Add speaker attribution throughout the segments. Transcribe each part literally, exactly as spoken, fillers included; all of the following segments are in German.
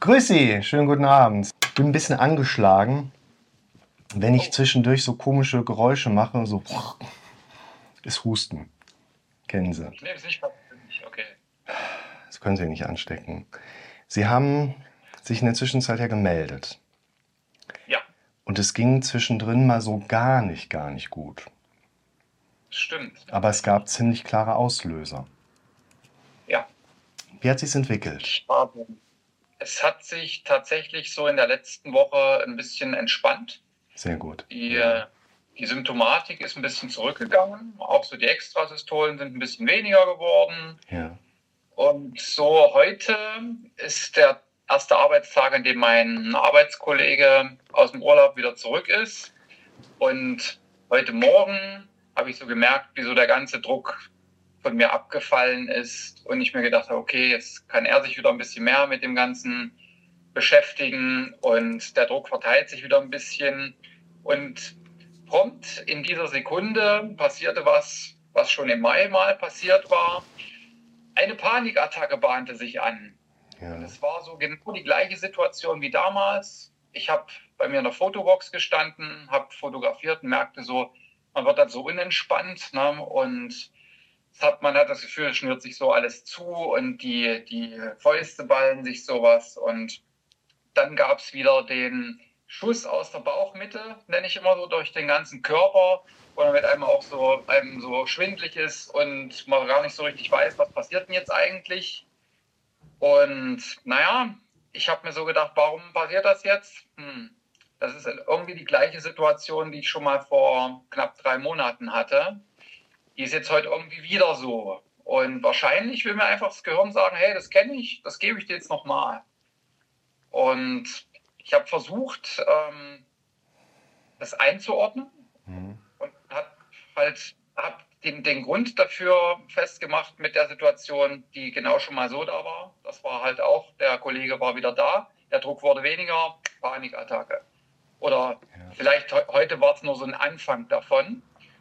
Speaker 1: Grüß Sie, schönen guten Abend. Ich bin ein bisschen angeschlagen, wenn ich
Speaker 2: Oh,
Speaker 1: zwischendurch so komische Geräusche mache, so ist Husten. Kennen Sie.
Speaker 2: ich nehme es nicht persönlich. Okay.
Speaker 1: Das können Sie nicht anstecken. Sie haben sich in der Zwischenzeit ja gemeldet.
Speaker 2: Ja,
Speaker 1: Und es ging zwischendrin mal so gar nicht, gar nicht gut.
Speaker 2: stimmt
Speaker 1: Aber es gab
Speaker 2: tatsächlich.
Speaker 1: ziemlich klare Auslöser.
Speaker 2: Ja,
Speaker 1: Wie hat sich's entwickelt?
Speaker 2: ich habe. Es hat sich tatsächlich so in der letzten Woche ein bisschen entspannt.
Speaker 1: Sehr gut.
Speaker 2: Die,
Speaker 1: Ja.
Speaker 2: äh, die Symptomatik ist ein bisschen zurückgegangen. Auch so die Extrasystolen sind ein bisschen weniger geworden.
Speaker 1: Ja.
Speaker 2: Und so heute ist der erste Arbeitstag, an dem mein Arbeitskollege aus dem Urlaub wieder zurück ist. Und heute Morgen habe ich so gemerkt, wie so der ganze Druck von mir abgefallen ist und ich mir gedacht habe, okay, jetzt kann er sich wieder ein bisschen mehr mit dem Ganzen beschäftigen und der Druck verteilt sich wieder ein bisschen. Und prompt in dieser Sekunde passierte was, was schon im Mai mal passiert war. Eine Panikattacke bahnte sich an.
Speaker 1: Ja.
Speaker 2: Und es war so genau die gleiche Situation wie damals. Ich habe bei mir in der Fotobox gestanden, habe fotografiert und merkte so, man wird dann so unentspannt, ne? Und es hat, man hat das Gefühl, es schnürt sich so alles zu und die, die Fäuste ballen sich sowas. Und dann gab es wieder den Schuss aus der Bauchmitte, nenne ich immer so, durch den ganzen Körper, wo dann mit einem auch so, einem so schwindlig ist und man gar nicht so richtig weiß, was passiert denn jetzt eigentlich. Und naja, ich habe mir so gedacht, warum passiert das jetzt? Hm, das ist irgendwie die gleiche Situation, die ich schon mal vor knapp drei Monaten hatte. Die ist jetzt heute irgendwie wieder so. Und wahrscheinlich will mir einfach das Gehirn sagen, hey, das kenne ich, das gebe ich dir jetzt nochmal. Und ich habe versucht, ähm, das einzuordnen
Speaker 1: Mhm.
Speaker 2: und habe halt hab den, den Grund dafür festgemacht mit der Situation, die genau schon mal so da war. Das war halt auch, der Kollege war wieder da, der Druck wurde weniger, Panikattacke. Oder
Speaker 1: Ja.
Speaker 2: vielleicht he heute war es nur so ein Anfang davon.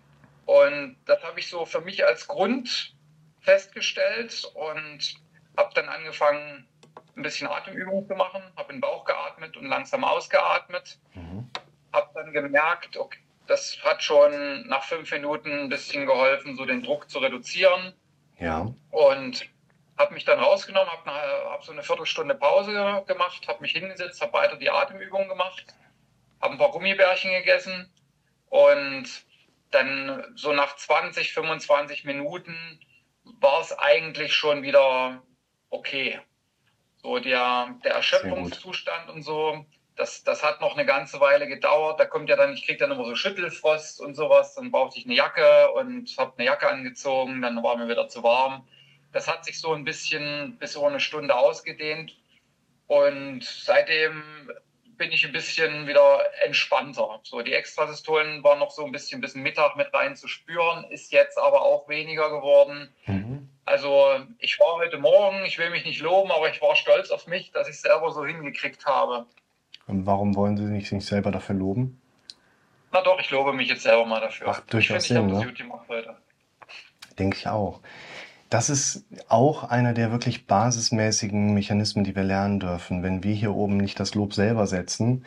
Speaker 2: Und das habe ich so für mich als Grund festgestellt und habe dann angefangen, ein bisschen Atemübungen zu machen, habe in den Bauch geatmet und langsam ausgeatmet.
Speaker 1: Mhm.
Speaker 2: Habe dann gemerkt, okay, das hat schon nach fünf Minuten ein bisschen geholfen, so den Druck zu reduzieren.
Speaker 1: Ja.
Speaker 2: Und habe mich dann rausgenommen, habe hab so eine Viertelstunde Pause gemacht, habe mich hingesetzt, habe weiter die Atemübungen gemacht, habe ein paar Gummibärchen gegessen und dann so nach zwanzig, fünfundzwanzig Minuten war es eigentlich schon wieder okay. So der, der
Speaker 1: Sehr gut.
Speaker 2: Erschöpfungszustand und so, das, das hat noch eine ganze Weile gedauert. Da kommt ja dann, ich kriege dann immer so Schüttelfrost und sowas. Dann brauchte ich eine Jacke und habe eine Jacke angezogen. Dann war mir wieder zu warm. Das hat sich so ein bisschen bis so eine Stunde ausgedehnt. Und seitdem bin ich ein bisschen wieder entspannter. So, die Extrasystolen waren noch so ein bisschen bis Mittag mit rein zu spüren, ist jetzt aber auch weniger geworden.
Speaker 1: Mhm.
Speaker 2: Also ich war heute Morgen, ich will mich nicht loben, aber ich war stolz auf mich, dass ich es selber so hingekriegt habe.
Speaker 1: Und warum wollen Sie nicht sich selber dafür loben?
Speaker 2: Na doch, ich lobe mich jetzt selber mal dafür.
Speaker 1: Macht
Speaker 2: Ich
Speaker 1: durchaus
Speaker 2: finde, ich habe
Speaker 1: Sinn,
Speaker 2: das
Speaker 1: ne?
Speaker 2: gut gemacht heute.
Speaker 1: Denke ich auch. Das ist auch einer der wirklich basismäßigen Mechanismen, die wir lernen dürfen. Wenn wir hier oben nicht das Lob selber setzen,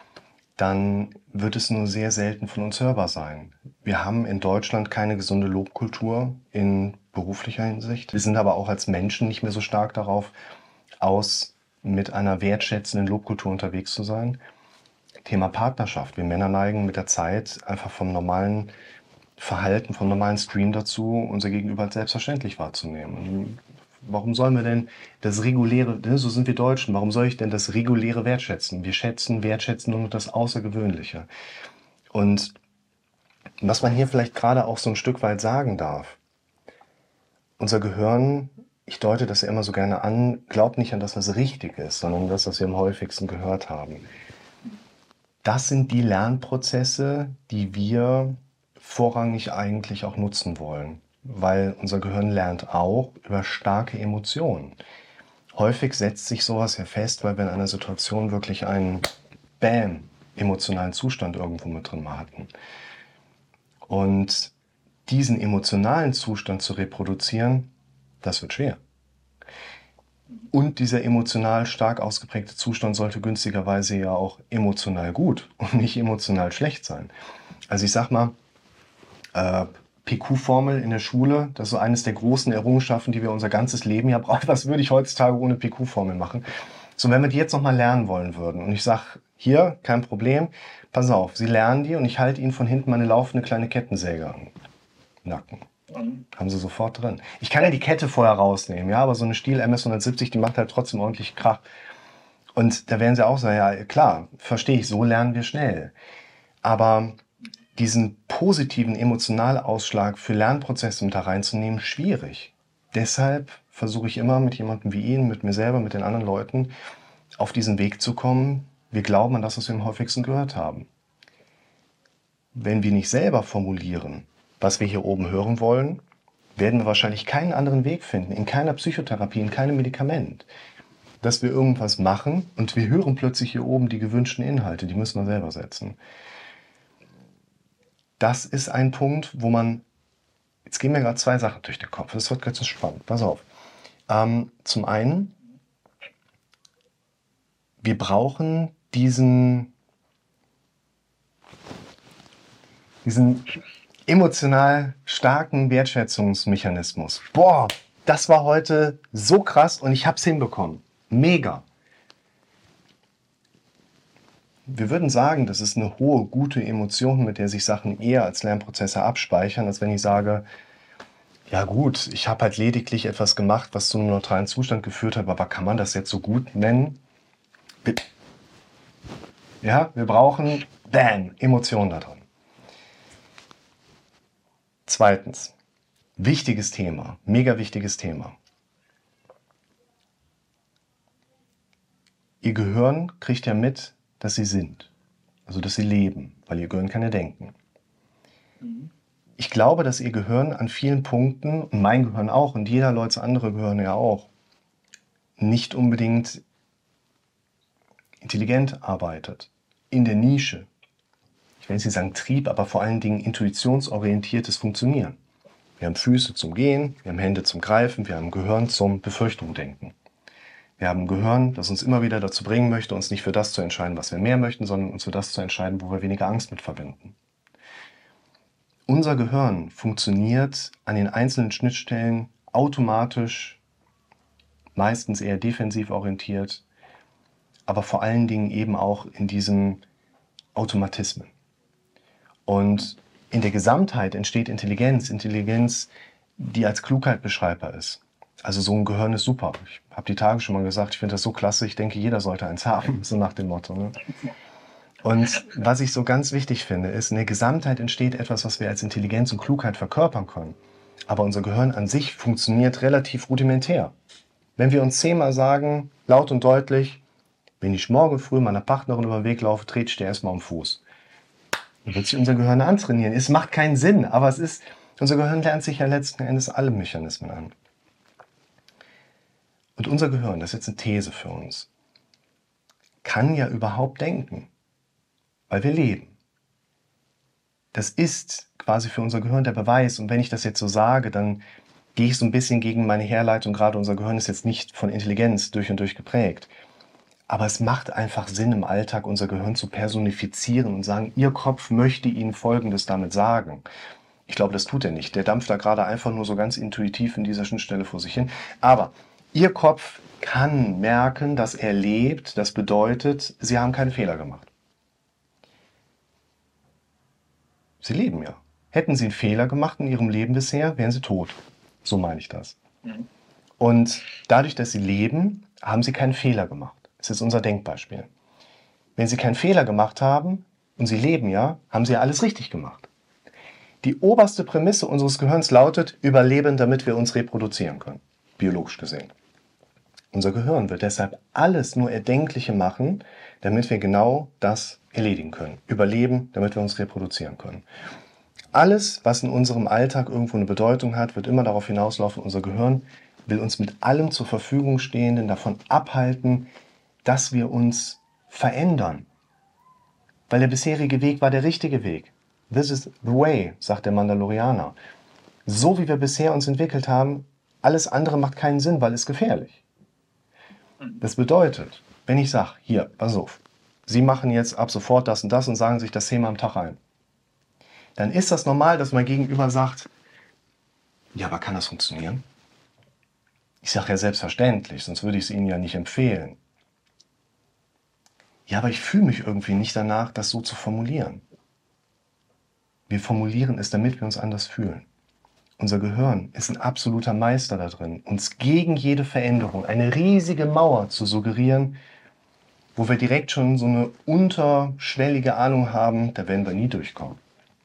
Speaker 1: dann wird es nur sehr selten von uns hörbar sein. Wir haben in Deutschland keine gesunde Lobkultur in beruflicher Hinsicht. Wir sind aber auch als Menschen nicht mehr so stark darauf aus, mit einer wertschätzenden Lobkultur unterwegs zu sein. Thema Partnerschaft. Wir Männer neigen mit der Zeit einfach vom normalen Verhalten, vom normalen Stream dazu, unser Gegenüber als selbstverständlich wahrzunehmen. Und warum sollen wir denn das reguläre, so sind wir Deutschen, warum soll ich denn das reguläre wertschätzen? Wir schätzen, wertschätzen nur das Außergewöhnliche. Und was man hier vielleicht gerade auch so ein Stück weit sagen darf, unser Gehirn, ich deute das ja immer so gerne an, glaubt nicht an das, was richtig ist, sondern das, was wir am häufigsten gehört haben. Das sind die Lernprozesse, die wir vorrangig eigentlich auch nutzen wollen, weil unser Gehirn lernt auch über starke Emotionen. Häufig setzt sich sowas ja fest, weil wir in einer Situation wirklich einen Bam emotionalen Zustand irgendwo mit drin hatten. Und diesen emotionalen Zustand zu reproduzieren, das wird schwer. Und dieser emotional stark ausgeprägte Zustand sollte günstigerweise ja auch emotional gut und nicht emotional schlecht sein. Also ich sag mal, äh, P Q-Formel in der Schule, das ist so eines der großen Errungenschaften, die wir unser ganzes Leben ja brauchen. Was würde ich heutzutage ohne P Q-Formel machen? So, wenn wir die jetzt nochmal lernen wollen würden und ich sag, hier, kein Problem, pass auf, Sie lernen die und ich halte Ihnen von hinten meine laufende kleine Kettensäge am Nacken.
Speaker 2: Mhm.
Speaker 1: Haben Sie sofort drin. Ich kann ja die Kette vorher rausnehmen, ja, aber so eine Stihl M S hundertsiebzig, die macht halt trotzdem ordentlich Krach. Und da werden Sie auch sagen, ja klar, verstehe ich, so lernen wir schnell. Aber diesen positiven Emotionalausschlag für Lernprozesse mit da reinzunehmen, schwierig. Deshalb versuche ich immer mit jemandem wie Ihnen, mit mir selber, mit den anderen Leuten, auf diesen Weg zu kommen. Wir glauben an das, was wir am häufigsten gehört haben. Wenn wir nicht selber formulieren, was wir hier oben hören wollen, werden wir wahrscheinlich keinen anderen Weg finden, in keiner Psychotherapie, in keinem Medikament, dass wir irgendwas machen und wir hören plötzlich hier oben die gewünschten Inhalte, die müssen wir selber setzen. Das ist ein Punkt, wo man, jetzt gehen mir gerade zwei Sachen durch den Kopf, das wird ganz spannend, pass auf. Ähm, zum einen, wir brauchen diesen, diesen emotional starken Wertschätzungsmechanismus. Boah, das war heute so krass und ich habe es hinbekommen. Mega. Wir würden sagen, das ist eine hohe, gute Emotion, mit der sich Sachen eher als Lernprozesse abspeichern, als wenn ich sage, ja gut, ich habe halt lediglich etwas gemacht, was zu einem neutralen Zustand geführt hat, aber kann man das jetzt so gut nennen? Ja, wir brauchen, bam, Emotionen da drin. Zweitens, wichtiges Thema, mega wichtiges Thema. Ihr Gehirn kriegt ja mit, dass sie sind, also dass sie leben, weil ihr Gehirn kann ja denken. Ich glaube, dass ihr Gehirn an vielen Punkten, und mein Gehirn auch, und jeder Leute andere Gehirn ja auch, nicht unbedingt intelligent arbeitet, in der Nische. Ich will jetzt nicht sagen Trieb, aber vor allen Dingen intuitionsorientiertes Funktionieren. Wir haben Füße zum Gehen, wir haben Hände zum Greifen, wir haben Gehirn zum Befürchtung denken. Wir haben ein Gehirn, das uns immer wieder dazu bringen möchte, uns nicht für das zu entscheiden, was wir mehr möchten, sondern uns für das zu entscheiden, wo wir weniger Angst mit verbinden. Unser Gehirn funktioniert an den einzelnen Schnittstellen automatisch, meistens eher defensiv orientiert, aber vor allen Dingen eben auch in diesen Automatismen. Und in der Gesamtheit entsteht Intelligenz, Intelligenz, die als Klugheit beschreibbar ist. Also so ein Gehirn ist super. Ich habe die Tage schon mal gesagt, ich finde das so klasse, ich denke, jeder sollte eins haben, so nach dem Motto. Ne? Und was ich so ganz wichtig finde, ist, in der Gesamtheit entsteht etwas, was wir als Intelligenz und Klugheit verkörpern können. Aber unser Gehirn an sich funktioniert relativ rudimentär. Wenn wir uns zehnmal sagen, laut und deutlich, wenn ich morgen früh meiner Partnerin über den Weg laufe, trete ich dir erstmal am Fuß. Dann wird sich unser Gehirn antrainieren. Es macht keinen Sinn, aber es ist, unser Gehirn lernt sich ja letzten Endes alle Mechanismen an. Und unser Gehirn, das ist jetzt eine These für uns, kann ja überhaupt denken, weil wir leben. Das ist quasi für unser Gehirn der Beweis. Und wenn ich das jetzt so sage, dann gehe ich so ein bisschen gegen meine Herleitung. Gerade unser Gehirn ist jetzt nicht von Intelligenz durch und durch geprägt. Aber es macht einfach Sinn, im Alltag unser Gehirn zu personifizieren und sagen, Ihr Kopf möchte Ihnen Folgendes damit sagen. Ich glaube, das tut er nicht. Der dampft da gerade einfach nur so ganz intuitiv in dieser Schnittstelle vor sich hin. Aber Ihr Kopf kann merken, dass er lebt. Das bedeutet, Sie haben keine Fehler gemacht. Sie leben ja. Hätten Sie einen Fehler gemacht in Ihrem Leben bisher, wären Sie tot. So meine ich das. Mhm. Und dadurch, dass Sie leben, haben Sie keinen Fehler gemacht. Das ist unser Denkbeispiel. Wenn Sie keinen Fehler gemacht haben und Sie leben ja, haben Sie ja alles richtig gemacht. Die oberste Prämisse unseres Gehirns lautet, überleben, damit wir uns reproduzieren können, biologisch gesehen. Unser Gehirn wird deshalb alles nur Erdenkliche machen, damit wir genau das erledigen können. Überleben, damit wir uns reproduzieren können. Alles, was in unserem Alltag irgendwo eine Bedeutung hat, wird immer darauf hinauslaufen, unser Gehirn will uns mit allem zur Verfügung Stehenden davon abhalten, dass wir uns verändern. Weil der bisherige Weg war der richtige Weg. This is the way, sagt der Mandalorianer. So wie wir bisher uns entwickelt haben, alles andere macht keinen Sinn, weil es gefährlich. Das bedeutet, wenn ich sage, hier, pass auf, Sie machen jetzt ab sofort das und das und sagen sich das Thema am Tag ein, dann ist das normal, dass mein Gegenüber sagt, ja, aber kann das funktionieren? Ich sage ja selbstverständlich, sonst würde ich es Ihnen ja nicht empfehlen. Ja, aber ich fühle mich irgendwie nicht danach, das so zu formulieren. Wir formulieren es, damit wir uns anders fühlen. Unser Gehirn ist ein absoluter Meister da drin, uns gegen jede Veränderung eine riesige Mauer zu suggerieren, wo wir direkt schon so eine unterschwellige Ahnung haben, da werden wir nie durchkommen.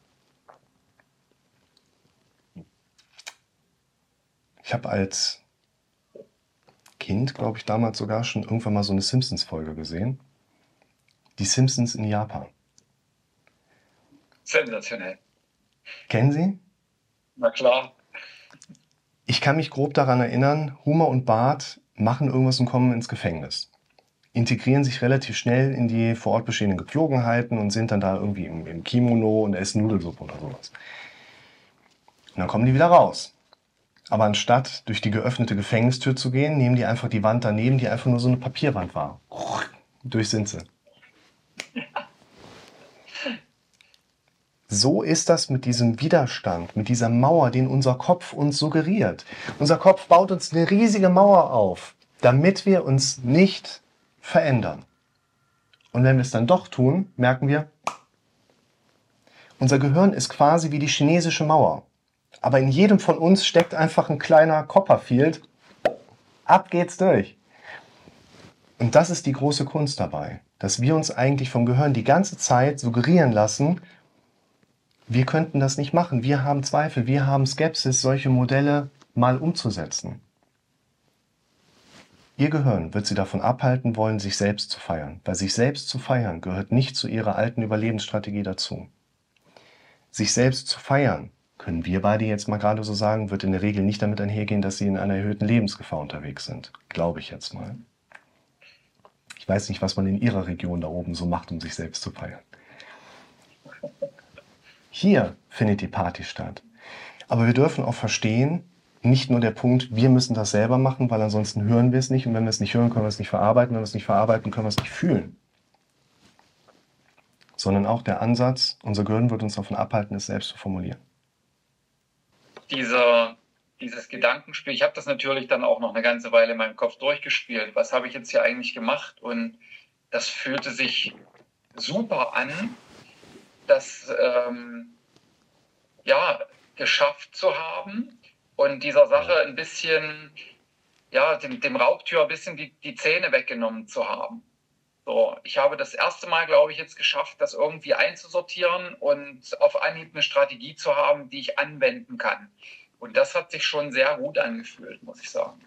Speaker 1: Ich habe als Kind, glaube ich, damals sogar schon irgendwann mal so eine Simpsons-Folge gesehen. Die Simpsons in Japan.
Speaker 2: Sensationell.
Speaker 1: Kennen Sie?
Speaker 2: Na klar.
Speaker 1: Ich kann mich grob daran erinnern, Homer und Bart machen irgendwas und kommen ins Gefängnis. Integrieren sich relativ schnell in die vor Ort bestehenden Gepflogenheiten und sind dann da irgendwie im, im Kimono und essen Nudelsuppe oder sowas. Und dann kommen die wieder raus. Aber anstatt durch die geöffnete Gefängnistür zu gehen, nehmen die einfach die Wand daneben, die einfach nur so eine Papierwand war. Durch sind sie. So ist das mit diesem Widerstand, mit dieser Mauer, den unser Kopf uns suggeriert. Unser Kopf baut uns eine riesige Mauer auf, damit wir uns nicht verändern. Und wenn wir es dann doch tun, merken wir, unser Gehirn ist quasi wie die chinesische Mauer. Aber in jedem von uns steckt einfach ein kleiner Copperfield. Ab geht's durch. Und das ist die große Kunst dabei, dass wir uns eigentlich vom Gehirn die ganze Zeit suggerieren lassen, wir könnten das nicht machen. Wir haben Zweifel, wir haben Skepsis, solche Modelle mal umzusetzen. Ihr Gehirn wird Sie davon abhalten wollen, sich selbst zu feiern. Weil sich selbst zu feiern gehört nicht zu Ihrer alten Überlebensstrategie dazu. Sich selbst zu feiern, können wir beide jetzt mal gerade so sagen, wird in der Regel nicht damit einhergehen, dass Sie in einer erhöhten Lebensgefahr unterwegs sind. Glaube ich jetzt mal. Ich weiß nicht, was man in Ihrer Region da oben so macht, um sich selbst zu feiern. Hier findet die Party statt. Aber wir dürfen auch verstehen, nicht nur der Punkt, wir müssen das selber machen, weil ansonsten hören wir es nicht. Und wenn wir es nicht hören, können wir es nicht verarbeiten. Wenn wir es nicht verarbeiten, können wir es nicht fühlen. Sondern auch der Ansatz, unser Gehirn wird uns davon abhalten, es selbst zu formulieren.
Speaker 2: Dieser, dieses Gedankenspiel, ich habe das natürlich dann auch noch eine ganze Weile in meinem Kopf durchgespielt. Was habe ich jetzt hier eigentlich gemacht? Und das fühlte sich super an, das ähm, ja, geschafft zu haben und dieser Sache ein bisschen, ja, dem, dem Raubtür ein bisschen die, die Zähne weggenommen zu haben. So, ich habe das erste Mal, glaube ich, jetzt geschafft, das irgendwie einzusortieren und auf Anhieb eine Strategie zu haben, die ich anwenden kann. Und das hat sich schon sehr gut angefühlt, muss ich sagen.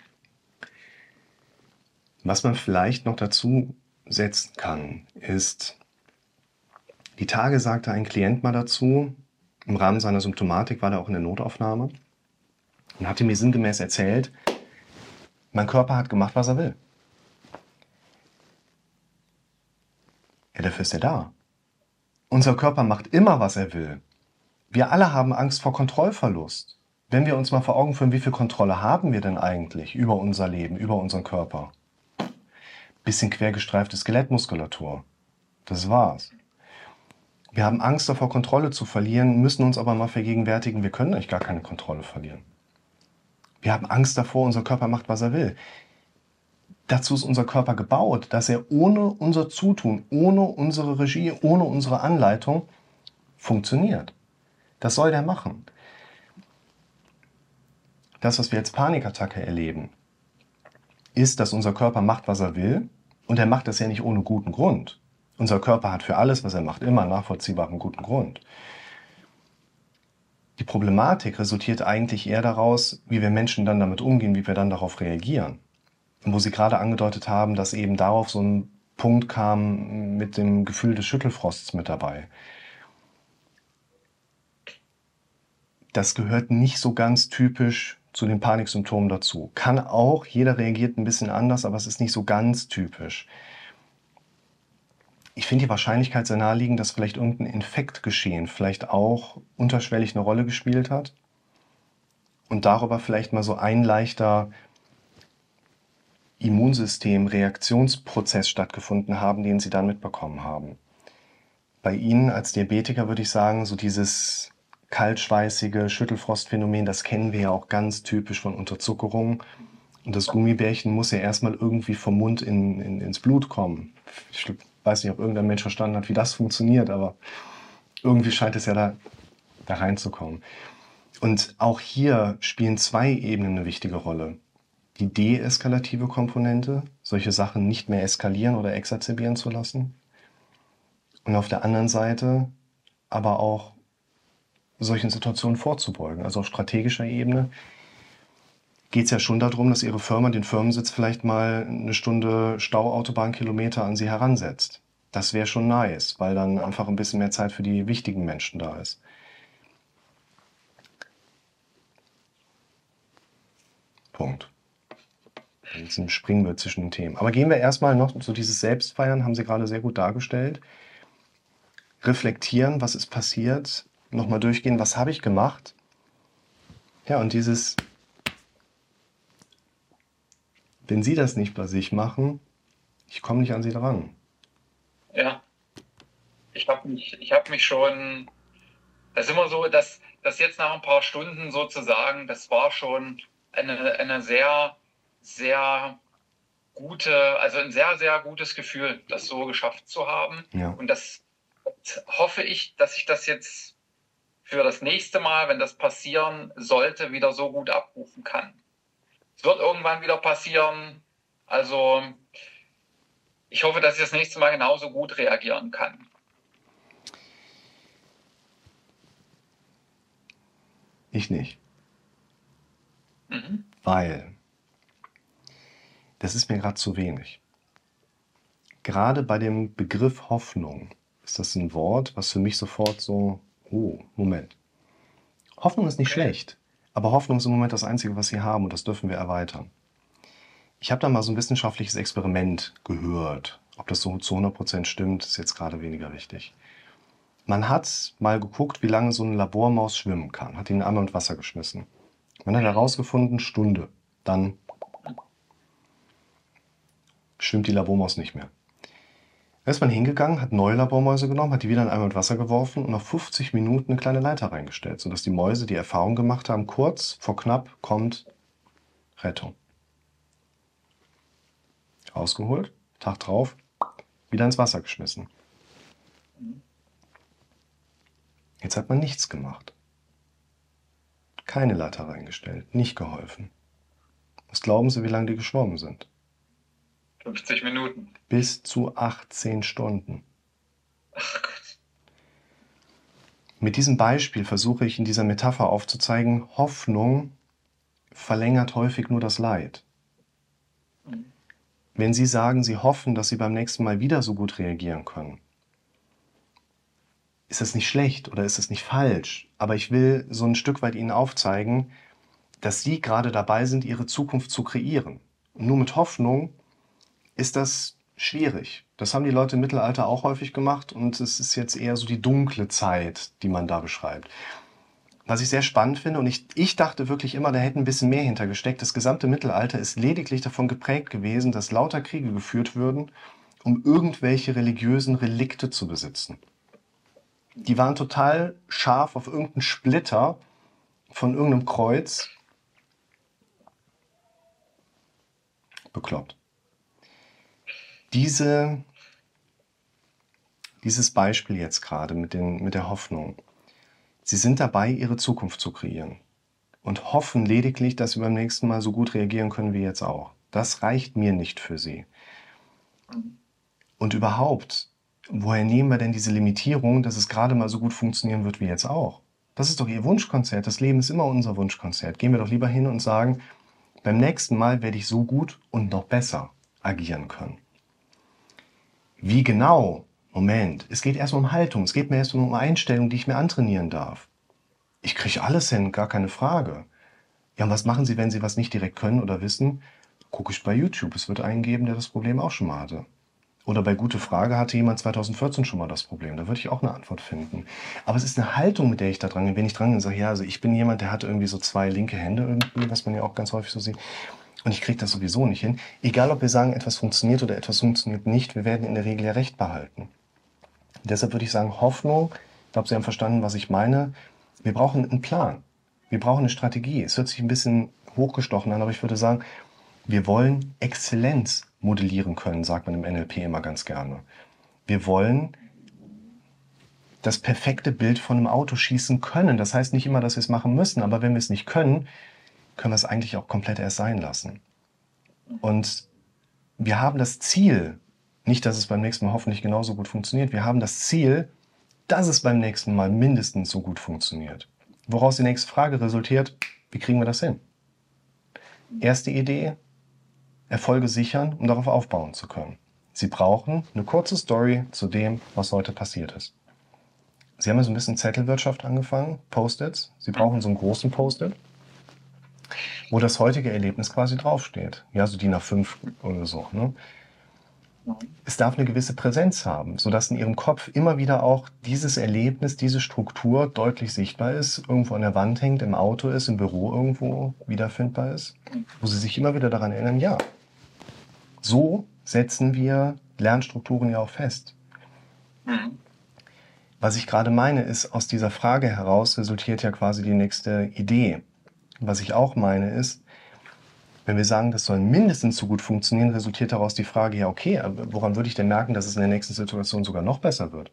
Speaker 1: Was man vielleicht noch dazu setzen kann, ist, die Tage sagte ein Klient mal dazu, im Rahmen seiner Symptomatik war er auch in der Notaufnahme und hatte mir sinngemäß erzählt, mein Körper hat gemacht, was er will. Ja, dafür ist er da. Unser Körper macht immer, was er will. Wir alle haben Angst vor Kontrollverlust. Wenn wir uns mal vor Augen führen, wie viel Kontrolle haben wir denn eigentlich über unser Leben, über unseren Körper? Bisschen quergestreifte Skelettmuskulatur. Das war's. Wir haben Angst davor, Kontrolle zu verlieren, müssen uns aber mal vergegenwärtigen, wir können eigentlich gar keine Kontrolle verlieren. Wir haben Angst davor, unser Körper macht, was er will. Dazu ist unser Körper gebaut, dass er ohne unser Zutun, ohne unsere Regie, ohne unsere Anleitung funktioniert. Das soll der machen. Das, was wir als Panikattacke erleben, ist, dass unser Körper macht, was er will, und er macht das ja nicht ohne guten Grund. Unser Körper hat für alles, was er macht, immer einen nachvollziehbaren guten Grund. Die Problematik resultiert eigentlich eher daraus, wie wir Menschen dann damit umgehen, wie wir dann darauf reagieren. Und wo Sie gerade angedeutet haben, dass eben darauf so ein Punkt kam mit dem Gefühl des Schüttelfrosts mit dabei. Das gehört nicht so ganz typisch zu den Paniksymptomen dazu. Kann auch, jeder reagiert ein bisschen anders, aber es ist nicht so ganz typisch. Ich finde die Wahrscheinlichkeit sehr naheliegend, dass vielleicht irgendein Infektgeschehen vielleicht auch unterschwellig eine Rolle gespielt hat und darüber vielleicht mal so ein leichter Immunsystem-Reaktionsprozess stattgefunden haben, den sie dann mitbekommen haben. Bei Ihnen als Diabetiker würde ich sagen, so dieses kaltschweißige Schüttelfrostphänomen, das kennen wir ja auch ganz typisch von Unterzuckerung. Und das Gummibärchen muss ja erstmal irgendwie vom Mund in, in, ins Blut kommen. Ich weiß nicht, ob irgendein Mensch verstanden hat, wie das funktioniert, aber irgendwie scheint es ja da, da reinzukommen. Und auch hier spielen zwei Ebenen eine wichtige Rolle. Die deeskalative Komponente, solche Sachen nicht mehr eskalieren oder exazerbieren zu lassen. Und auf der anderen Seite aber auch solchen Situationen vorzubeugen. Also auf strategischer Ebene geht es ja schon darum, dass Ihre Firma den Firmensitz vielleicht mal eine Stunde Stauautobahnkilometer an Sie heransetzt. Das wäre schon nice, weil dann einfach ein bisschen mehr Zeit für die wichtigen Menschen da ist. Punkt. Jetzt springen wir zwischen den Themen. Aber gehen wir erstmal noch so dieses Selbstfeiern, haben Sie gerade sehr gut dargestellt. Reflektieren, was ist passiert, nochmal durchgehen, was habe ich gemacht. Ja, und dieses, wenn Sie das nicht bei sich machen, ich komme nicht an Sie dran.
Speaker 2: Ja, ich habe mich, ich hab mich schon, das ist immer so, dass das jetzt nach ein paar Stunden sozusagen, das war schon eine, eine sehr, sehr gute, also ein sehr, sehr gutes Gefühl, das so geschafft zu haben.
Speaker 1: Ja.
Speaker 2: Und das hoffe ich, dass ich das jetzt für das nächste Mal, wenn das passieren sollte, wieder so gut abrufen kann. Es wird irgendwann wieder passieren. Also ich hoffe, dass ich das nächste Mal genauso gut reagieren kann.
Speaker 1: Ich nicht.
Speaker 2: Mhm.
Speaker 1: Weil das ist mir gerade zu wenig. Gerade bei dem Begriff Hoffnung ist das ein Wort, was für mich sofort so, oh, Moment. Hoffnung ist nicht
Speaker 2: Okay.
Speaker 1: schlecht, aber Hoffnung ist im Moment das Einzige, was Sie haben und das dürfen wir erweitern. Ich habe da mal so ein wissenschaftliches Experiment gehört. Ob das so zu hundert Prozent stimmt, ist jetzt gerade weniger wichtig. Man hat mal geguckt, wie lange so eine Labormaus schwimmen kann. Hat ihn einmal mit Wasser geschmissen. Man hat herausgefunden, Stunde. Dann schwimmt die Labormaus nicht mehr. Da ist man hingegangen, hat neue Labormäuse genommen, hat die wieder in einmal mit Wasser geworfen und nach fünfzig Minuten eine kleine Leiter reingestellt, sodass die Mäuse die Erfahrung gemacht haben, kurz vor knapp kommt Rettung. Rausgeholt, Tag drauf, wieder ins Wasser geschmissen. Jetzt hat man nichts gemacht. Keine Leiter reingestellt, nicht geholfen. Was glauben Sie, wie lange die geschwommen sind?
Speaker 2: fünfzig Minuten.
Speaker 1: Bis zu achtzehn Stunden.
Speaker 2: Ach Gott.
Speaker 1: Mit diesem Beispiel versuche ich in dieser Metapher aufzuzeigen, Hoffnung verlängert häufig nur das Leid. Wenn Sie sagen, Sie hoffen, dass Sie beim nächsten Mal wieder so gut reagieren können, ist das nicht schlecht oder ist das nicht falsch? Aber ich will so ein Stück weit Ihnen aufzeigen, dass Sie gerade dabei sind, Ihre Zukunft zu kreieren. Und nur mit Hoffnung ist das schwierig. Das haben die Leute im Mittelalter auch häufig gemacht und es ist jetzt eher so die dunkle Zeit, die man da beschreibt. Was ich sehr spannend finde und ich, ich dachte wirklich immer, da hätte ein bisschen mehr hintergesteckt. Das gesamte Mittelalter ist lediglich davon geprägt gewesen, dass lauter Kriege geführt würden, um irgendwelche religiösen Relikte zu besitzen. Die waren total scharf auf irgendeinen Splitter von irgendeinem Kreuz. Bekloppt. Diese, dieses Beispiel jetzt gerade mit, den, mit der Hoffnung. Sie sind dabei, Ihre Zukunft zu kreieren und hoffen lediglich, dass Sie beim nächsten Mal so gut reagieren können wie jetzt auch. Das reicht mir nicht für Sie. Und überhaupt, woher nehmen wir denn diese Limitierung, dass es gerade mal so gut funktionieren wird wie jetzt auch? Das ist doch Ihr Wunschkonzert. Das Leben ist immer unser Wunschkonzert. Gehen wir doch lieber hin und sagen, beim nächsten Mal werde ich so gut und noch besser agieren können. Wie genau? Moment, es geht erstmal um Haltung, es geht mir erstmal um Einstellung, die ich mir antrainieren darf. Ich kriege alles hin, gar keine Frage. Ja, und was machen Sie, wenn Sie was nicht direkt können oder wissen? Gucke ich bei YouTube, es wird einen geben, der das Problem auch schon mal hatte. Oder bei Gute Frage hatte jemand zweitausendvierzehn schon mal das Problem, da würde ich auch eine Antwort finden. Aber es ist eine Haltung, mit der ich da dran gehe, wenn ich dran gehe und sage, ja, also ich bin jemand, der hat irgendwie so zwei linke Hände irgendwie, was man ja auch ganz häufig so sieht. Und ich kriege das sowieso nicht hin. Egal, ob wir sagen, etwas funktioniert oder etwas funktioniert nicht, wir werden in der Regel ja recht behalten. Deshalb würde ich sagen, Hoffnung, ich glaube, Sie haben verstanden, was ich meine. Wir brauchen einen Plan. Wir brauchen eine Strategie. Es hört sich ein bisschen hochgestochen an, aber ich würde sagen, wir wollen Exzellenz modellieren können, sagt man im N L P immer ganz gerne. Wir wollen das perfekte Bild von einem Auto schießen können. Das heißt nicht immer, dass wir es machen müssen, aber wenn wir es nicht können, können wir es eigentlich auch komplett erst sein lassen. Und wir haben das Ziel, nicht, dass es beim nächsten Mal hoffentlich genauso gut funktioniert, wir haben das Ziel, dass es beim nächsten Mal mindestens so gut funktioniert. Woraus die nächste Frage resultiert, wie kriegen wir das hin? Erste Idee, Erfolge sichern, um darauf aufbauen zu können. Sie brauchen eine kurze Story zu dem, was heute passiert ist. Sie haben ja so ein bisschen Zettelwirtschaft angefangen, Post-its. Sie brauchen so einen großen Post-it, wo das heutige Erlebnis quasi draufsteht. Ja, so D I N A fünf oder so. Ne? Es darf eine gewisse Präsenz haben, sodass in Ihrem Kopf immer wieder auch dieses Erlebnis, diese Struktur deutlich sichtbar ist, irgendwo an der Wand hängt, im Auto ist, im Büro irgendwo wiederfindbar ist, wo Sie sich immer wieder daran erinnern, ja, so setzen wir Lernstrukturen ja auch fest.
Speaker 2: Mhm.
Speaker 1: Was ich gerade meine, ist, aus dieser Frage heraus resultiert ja quasi die nächste Idee. Was ich auch meine ist, wenn wir sagen, das soll mindestens so gut funktionieren, resultiert daraus die Frage, ja okay, aber woran würde ich denn merken, dass es in der nächsten Situation sogar noch besser wird?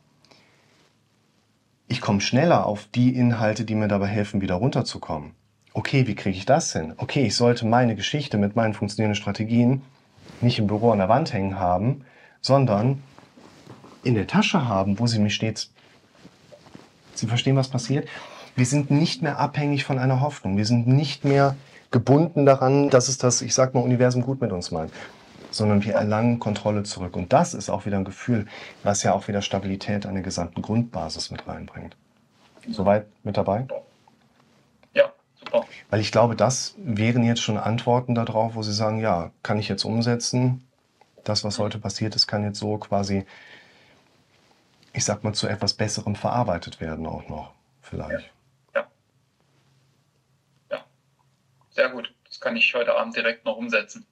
Speaker 1: Ich komme schneller auf die Inhalte, die mir dabei helfen, wieder runterzukommen. Okay, wie kriege ich das hin? Okay, ich sollte meine Geschichte mit meinen funktionierenden Strategien nicht im Büro an der Wand hängen haben, sondern in der Tasche haben, wo sie mich stets... Sie verstehen, was passiert? Wir sind nicht mehr abhängig von einer Hoffnung. Wir sind nicht mehr gebunden daran, dass es das, ich sag mal, Universum gut mit uns meint, sondern wir erlangen Kontrolle zurück. Und das ist auch wieder ein Gefühl, was ja auch wieder Stabilität an der gesamten Grundbasis mit reinbringt. Soweit mit dabei?
Speaker 2: Ja, super.
Speaker 1: Weil ich glaube, das wären jetzt schon Antworten darauf, wo Sie sagen, ja, kann ich jetzt umsetzen? Das, was heute passiert ist, kann jetzt so quasi, ich sag mal, zu etwas Besserem verarbeitet werden auch noch, vielleicht.
Speaker 2: Ja. Ja. Sehr gut. Das kann ich heute Abend direkt noch umsetzen.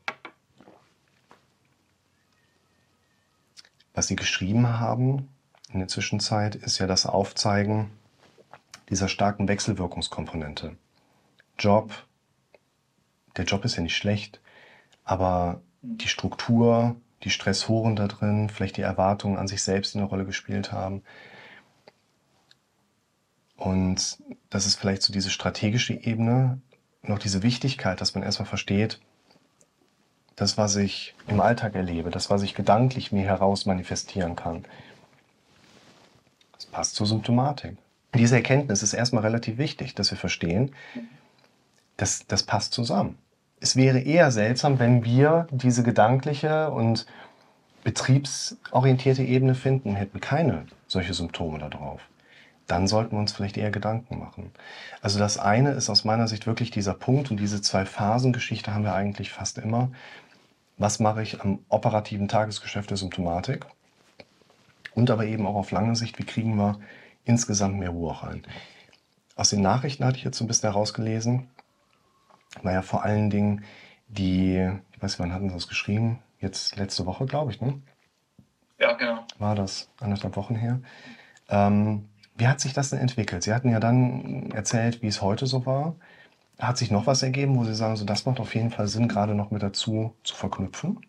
Speaker 1: Was Sie geschrieben haben in der Zwischenzeit, ist ja das Aufzeigen dieser starken Wechselwirkungskomponente. Job, der Job ist ja nicht schlecht, aber die Struktur, die Stressoren da drin, vielleicht die Erwartungen an sich selbst, die eine Rolle gespielt haben. Und das ist vielleicht so diese strategische Ebene, noch diese Wichtigkeit, dass man erstmal versteht, das, was ich im Alltag erlebe, das, was ich gedanklich mir heraus manifestieren kann, das passt zur Symptomatik. Diese Erkenntnis ist erstmal relativ wichtig, dass wir verstehen, dass das passt zusammen. Es wäre eher seltsam, wenn wir diese gedankliche und betriebsorientierte Ebene finden, hätten keine solche Symptome da drauf. Dann sollten wir uns vielleicht eher Gedanken machen. Also das eine ist aus meiner Sicht wirklich dieser Punkt, und diese Zwei-Phasen-Geschichte haben wir eigentlich fast immer. Was mache ich am operativen Tagesgeschäft der Symptomatik? Und aber eben auch auf lange Sicht, wie kriegen wir insgesamt mehr Ruhe rein? Aus den Nachrichten hatte ich jetzt so ein bisschen herausgelesen, naja, vor allen Dingen die, ich weiß nicht, wann hatten sie das geschrieben? Jetzt letzte Woche, glaube ich, ne?
Speaker 2: Ja, genau.
Speaker 1: War das anderthalb Wochen her? Ähm, wie hat sich das denn entwickelt? Sie hatten ja dann erzählt, wie es heute so war. Hat sich noch was ergeben, wo Sie sagen, so das macht auf jeden Fall Sinn, gerade noch mit dazu zu verknüpfen?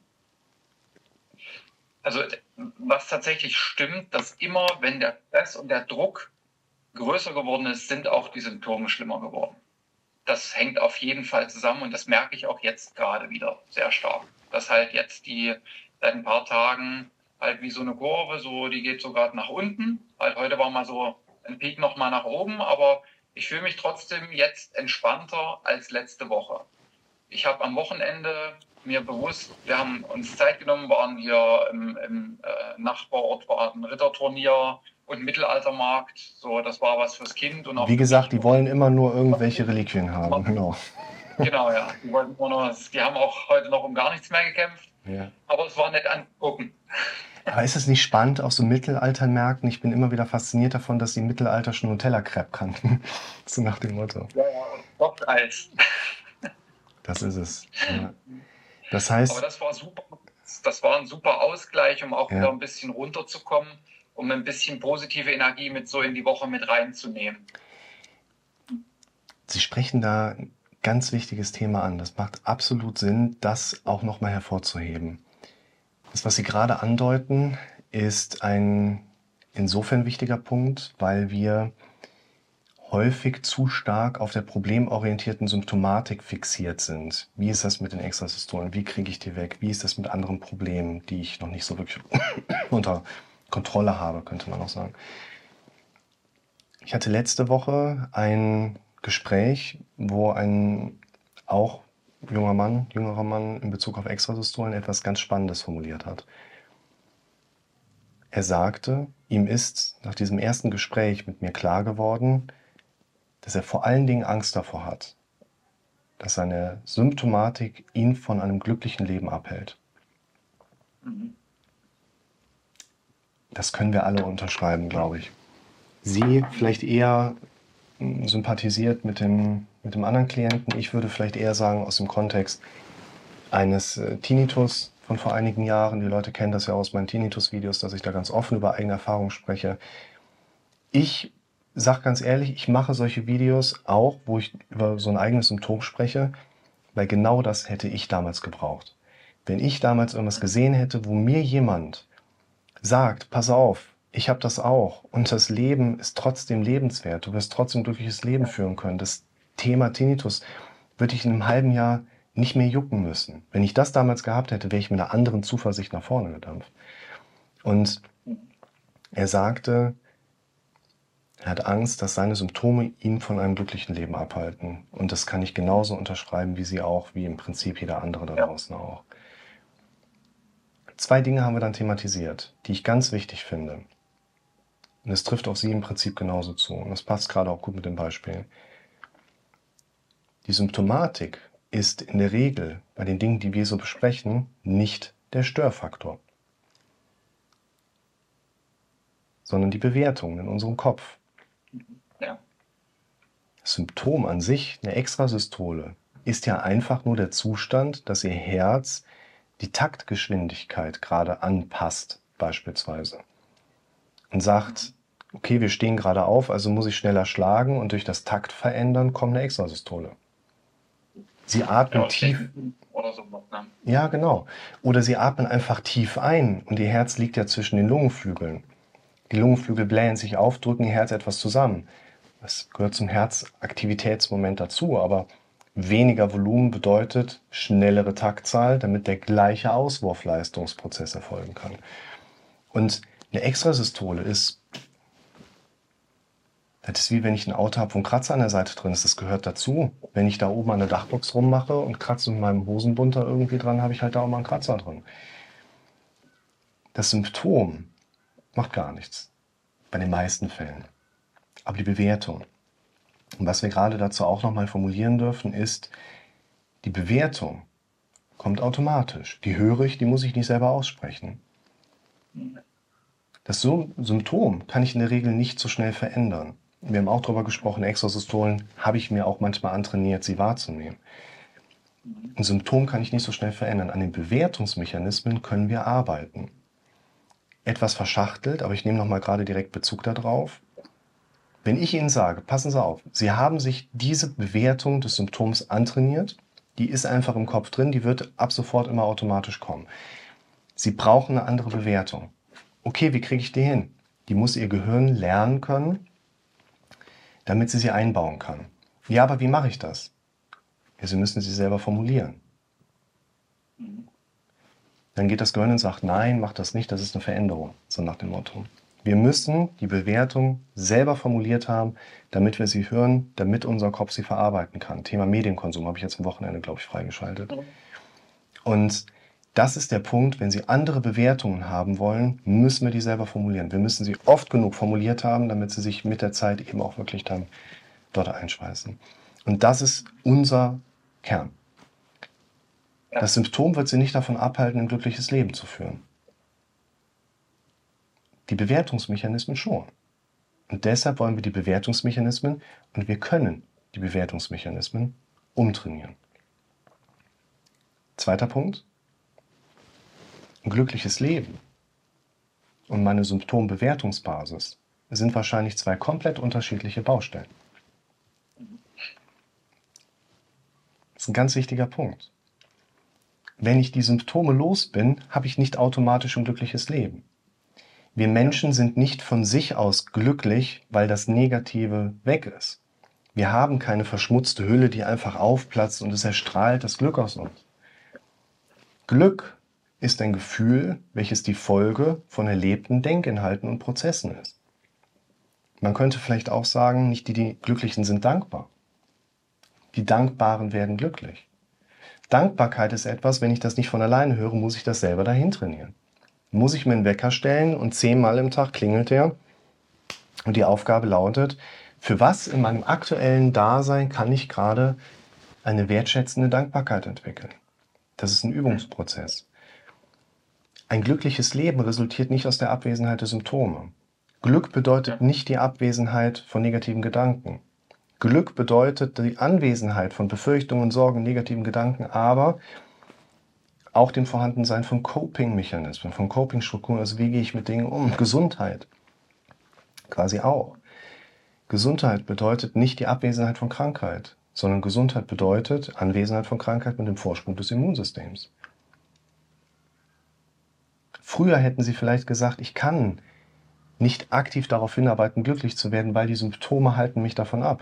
Speaker 2: Also was tatsächlich stimmt, dass immer, wenn der Stress und der Druck größer geworden ist, sind auch die Symptome schlimmer geworden. Das hängt auf jeden Fall zusammen, und das merke ich auch jetzt gerade wieder sehr stark. Dass halt jetzt die seit ein paar Tagen halt wie so eine Kurve, so die geht so gerade nach unten. Halt heute war mal so ein Peak noch mal nach oben, aber ich fühle mich trotzdem jetzt entspannter als letzte Woche. Ich habe am Wochenende mir bewusst, wir haben uns Zeit genommen, waren hier im, im äh, Nachbarort, war ein Ritterturnier und Mittelaltermarkt. So, das war was fürs Kind. Und auch
Speaker 1: Wie gesagt, die wollen immer nur irgendwelche Reliquien haben. Genau.
Speaker 2: Genau, ja. Die, wollten immer noch, die haben auch heute noch um gar nichts mehr gekämpft.
Speaker 1: Ja.
Speaker 2: Aber es war nett anzugucken.
Speaker 1: Aber ist es nicht spannend, auf so Mittelaltermärkten? Ich bin immer wieder fasziniert davon, dass die im Mittelalter schon Nutella-Crepe kannten. So nach dem Motto.
Speaker 2: Ja, ja, und Softeis.
Speaker 1: Das ist es. Ja. Das
Speaker 2: Aber
Speaker 1: heißt,
Speaker 2: das war super. Das war ein super Ausgleich, um auch
Speaker 1: Ja.
Speaker 2: wieder ein bisschen runterzukommen, um ein bisschen positive Energie mit so in die Woche mit reinzunehmen.
Speaker 1: Sie sprechen da ein ganz wichtiges Thema an. Das macht absolut Sinn, das auch nochmal hervorzuheben. Das, was Sie gerade andeuten, ist ein insofern wichtiger Punkt, weil wir häufig zu stark auf der problemorientierten Symptomatik fixiert sind. Wie ist das mit den Extrasystolen? Wie kriege ich die weg? Wie ist das mit anderen Problemen, die ich noch nicht so wirklich unter Kontrolle habe, könnte man auch sagen. Ich hatte letzte Woche ein Gespräch, wo ein auch junger Mann, jüngerer Mann in Bezug auf Extrasystolen etwas ganz Spannendes formuliert hat. Er sagte, ihm ist nach diesem ersten Gespräch mit mir klar geworden, dass er vor allen Dingen Angst davor hat, dass seine Symptomatik ihn von einem glücklichen Leben abhält.
Speaker 2: Mhm.
Speaker 1: Das können wir alle unterschreiben, glaube ich. Sie vielleicht eher mm, sympathisiert mit dem, mit dem anderen Klienten. Ich würde vielleicht eher sagen, aus dem Kontext eines äh, Tinnitus von vor einigen Jahren. Die Leute kennen das ja aus meinen Tinnitus-Videos, dass ich da ganz offen über eigene Erfahrungen spreche. Ich sage ganz ehrlich, ich mache solche Videos auch, wo ich über so ein eigenes Symptom spreche, weil genau das hätte ich damals gebraucht. Wenn ich damals irgendwas gesehen hätte, wo mir jemand sagt, pass auf, ich habe das auch und das Leben ist trotzdem lebenswert, du wirst trotzdem ein glückliches Leben führen können. Das Thema Tinnitus würde ich in einem halben Jahr nicht mehr jucken müssen. Wenn ich das damals gehabt hätte, wäre ich mit einer anderen Zuversicht nach vorne gedampft. Und er sagte, er hat Angst, dass seine Symptome ihn von einem glücklichen Leben abhalten. Und das kann ich genauso unterschreiben wie Sie auch, wie im Prinzip jeder andere da draußen auch. Zwei Dinge haben wir dann thematisiert, die ich ganz wichtig finde. Und es trifft auf Sie im Prinzip genauso zu. Und das passt gerade auch gut mit dem Beispiel. Die Symptomatik ist in der Regel bei den Dingen, die wir so besprechen, nicht der Störfaktor, sondern die Bewertung in unserem Kopf.
Speaker 2: Ja.
Speaker 1: Das Symptom an sich, eine Extrasystole, ist ja einfach nur der Zustand, dass Ihr Herz die Taktgeschwindigkeit gerade anpasst, beispielsweise. Und sagt, okay, wir stehen gerade auf, also muss ich schneller schlagen und durch das Takt verändern kommt eine Extrasystole. Sie atmen
Speaker 2: Ja,
Speaker 1: tief.
Speaker 2: Oder so. Ne?
Speaker 1: Ja, genau. Oder Sie atmen einfach tief ein und Ihr Herz liegt ja zwischen den Lungenflügeln. Die Lungenflügel blähen sich auf, drücken Ihr Herz etwas zusammen. Das gehört zum Herzaktivitätsmoment dazu, aber weniger Volumen bedeutet schnellere Taktzahl, damit der gleiche Auswurfleistungsprozess erfolgen kann. Und eine Extrasystole ist, das ist wie wenn ich ein Auto habe, wo ein Kratzer an der Seite drin ist. Das gehört dazu. Wenn ich da oben an der Dachbox rummache und kratze mit meinem Hosenbund da irgendwie dran, habe ich halt da auch mal einen Kratzer drin. Das Symptom macht gar nichts. Bei den meisten Fällen. Aber die Bewertung. Und was wir gerade dazu auch nochmal formulieren dürfen, ist, die Bewertung kommt automatisch. Die höre ich, die muss ich nicht selber aussprechen. Das Symptom kann ich in der Regel nicht so schnell verändern. Wir haben auch darüber gesprochen, Extrasystolen habe ich mir auch manchmal antrainiert, sie wahrzunehmen. Ein Symptom kann ich nicht so schnell verändern. An den Bewertungsmechanismen können wir arbeiten. Etwas verschachtelt, aber ich nehme nochmal gerade direkt Bezug darauf. Wenn ich Ihnen sage, passen Sie auf, Sie haben sich diese Bewertung des Symptoms antrainiert, die ist einfach im Kopf drin, die wird ab sofort immer automatisch kommen. Sie brauchen eine andere Bewertung. Okay, wie kriege ich die hin? Die muss Ihr Gehirn lernen können, damit sie sie einbauen kann. Ja, aber wie mache ich das? Ja, Sie müssen sie selber formulieren. Dann geht das Gehirn und sagt, nein, mach das nicht, das ist eine Veränderung, so nach dem Motto. Wir müssen die Bewertung selber formuliert haben, damit wir sie hören, damit unser Kopf sie verarbeiten kann. Thema Medienkonsum habe ich jetzt am Wochenende, glaube ich, freigeschaltet. Und das ist der Punkt, wenn Sie andere Bewertungen haben wollen, müssen wir die selber formulieren. Wir müssen sie oft genug formuliert haben, damit sie sich mit der Zeit eben auch wirklich dann dort einschweißen. Und das ist unser Kern.
Speaker 2: Ja.
Speaker 1: Das Symptom wird Sie nicht davon abhalten, ein glückliches Leben zu führen. Die Bewertungsmechanismen schon. Und deshalb wollen wir die Bewertungsmechanismen und wir können die Bewertungsmechanismen umtrainieren. Zweiter Punkt. Ein glückliches Leben und meine Symptombewertungsbasis sind wahrscheinlich zwei komplett unterschiedliche Baustellen. Das ist ein ganz wichtiger Punkt. Wenn ich die Symptome los bin, habe ich nicht automatisch ein glückliches Leben. Wir Menschen sind nicht von sich aus glücklich, weil das Negative weg ist. Wir haben keine verschmutzte Hülle, die einfach aufplatzt und es erstrahlt das Glück aus uns. Glück ist ein Gefühl, welches die Folge von erlebten Denkinhalten und Prozessen ist. Man könnte vielleicht auch sagen, nicht die, die Glücklichen sind dankbar. Die Dankbaren werden glücklich. Dankbarkeit ist etwas, wenn ich das nicht von alleine höre, muss ich das selber dahin trainieren. Muss ich mir einen Wecker stellen und zehnmal im Tag klingelt der und die Aufgabe lautet, für was in meinem aktuellen Dasein kann ich gerade eine wertschätzende Dankbarkeit entwickeln? Das ist ein Übungsprozess. Ein glückliches Leben resultiert nicht aus der Abwesenheit der Symptome. Glück bedeutet nicht die Abwesenheit von negativen Gedanken. Glück bedeutet die Anwesenheit von Befürchtungen, Sorgen, negativen Gedanken, aber auch dem Vorhandensein von Coping-Mechanismen, von Coping-Strukturen, also wie gehe ich mit Dingen um. Gesundheit quasi auch. Gesundheit bedeutet nicht die Abwesenheit von Krankheit, sondern Gesundheit bedeutet Anwesenheit von Krankheit mit dem Vorsprung des Immunsystems. Früher hätten sie vielleicht gesagt, ich kann nicht aktiv darauf hinarbeiten, glücklich zu werden, weil die Symptome halten mich davon ab.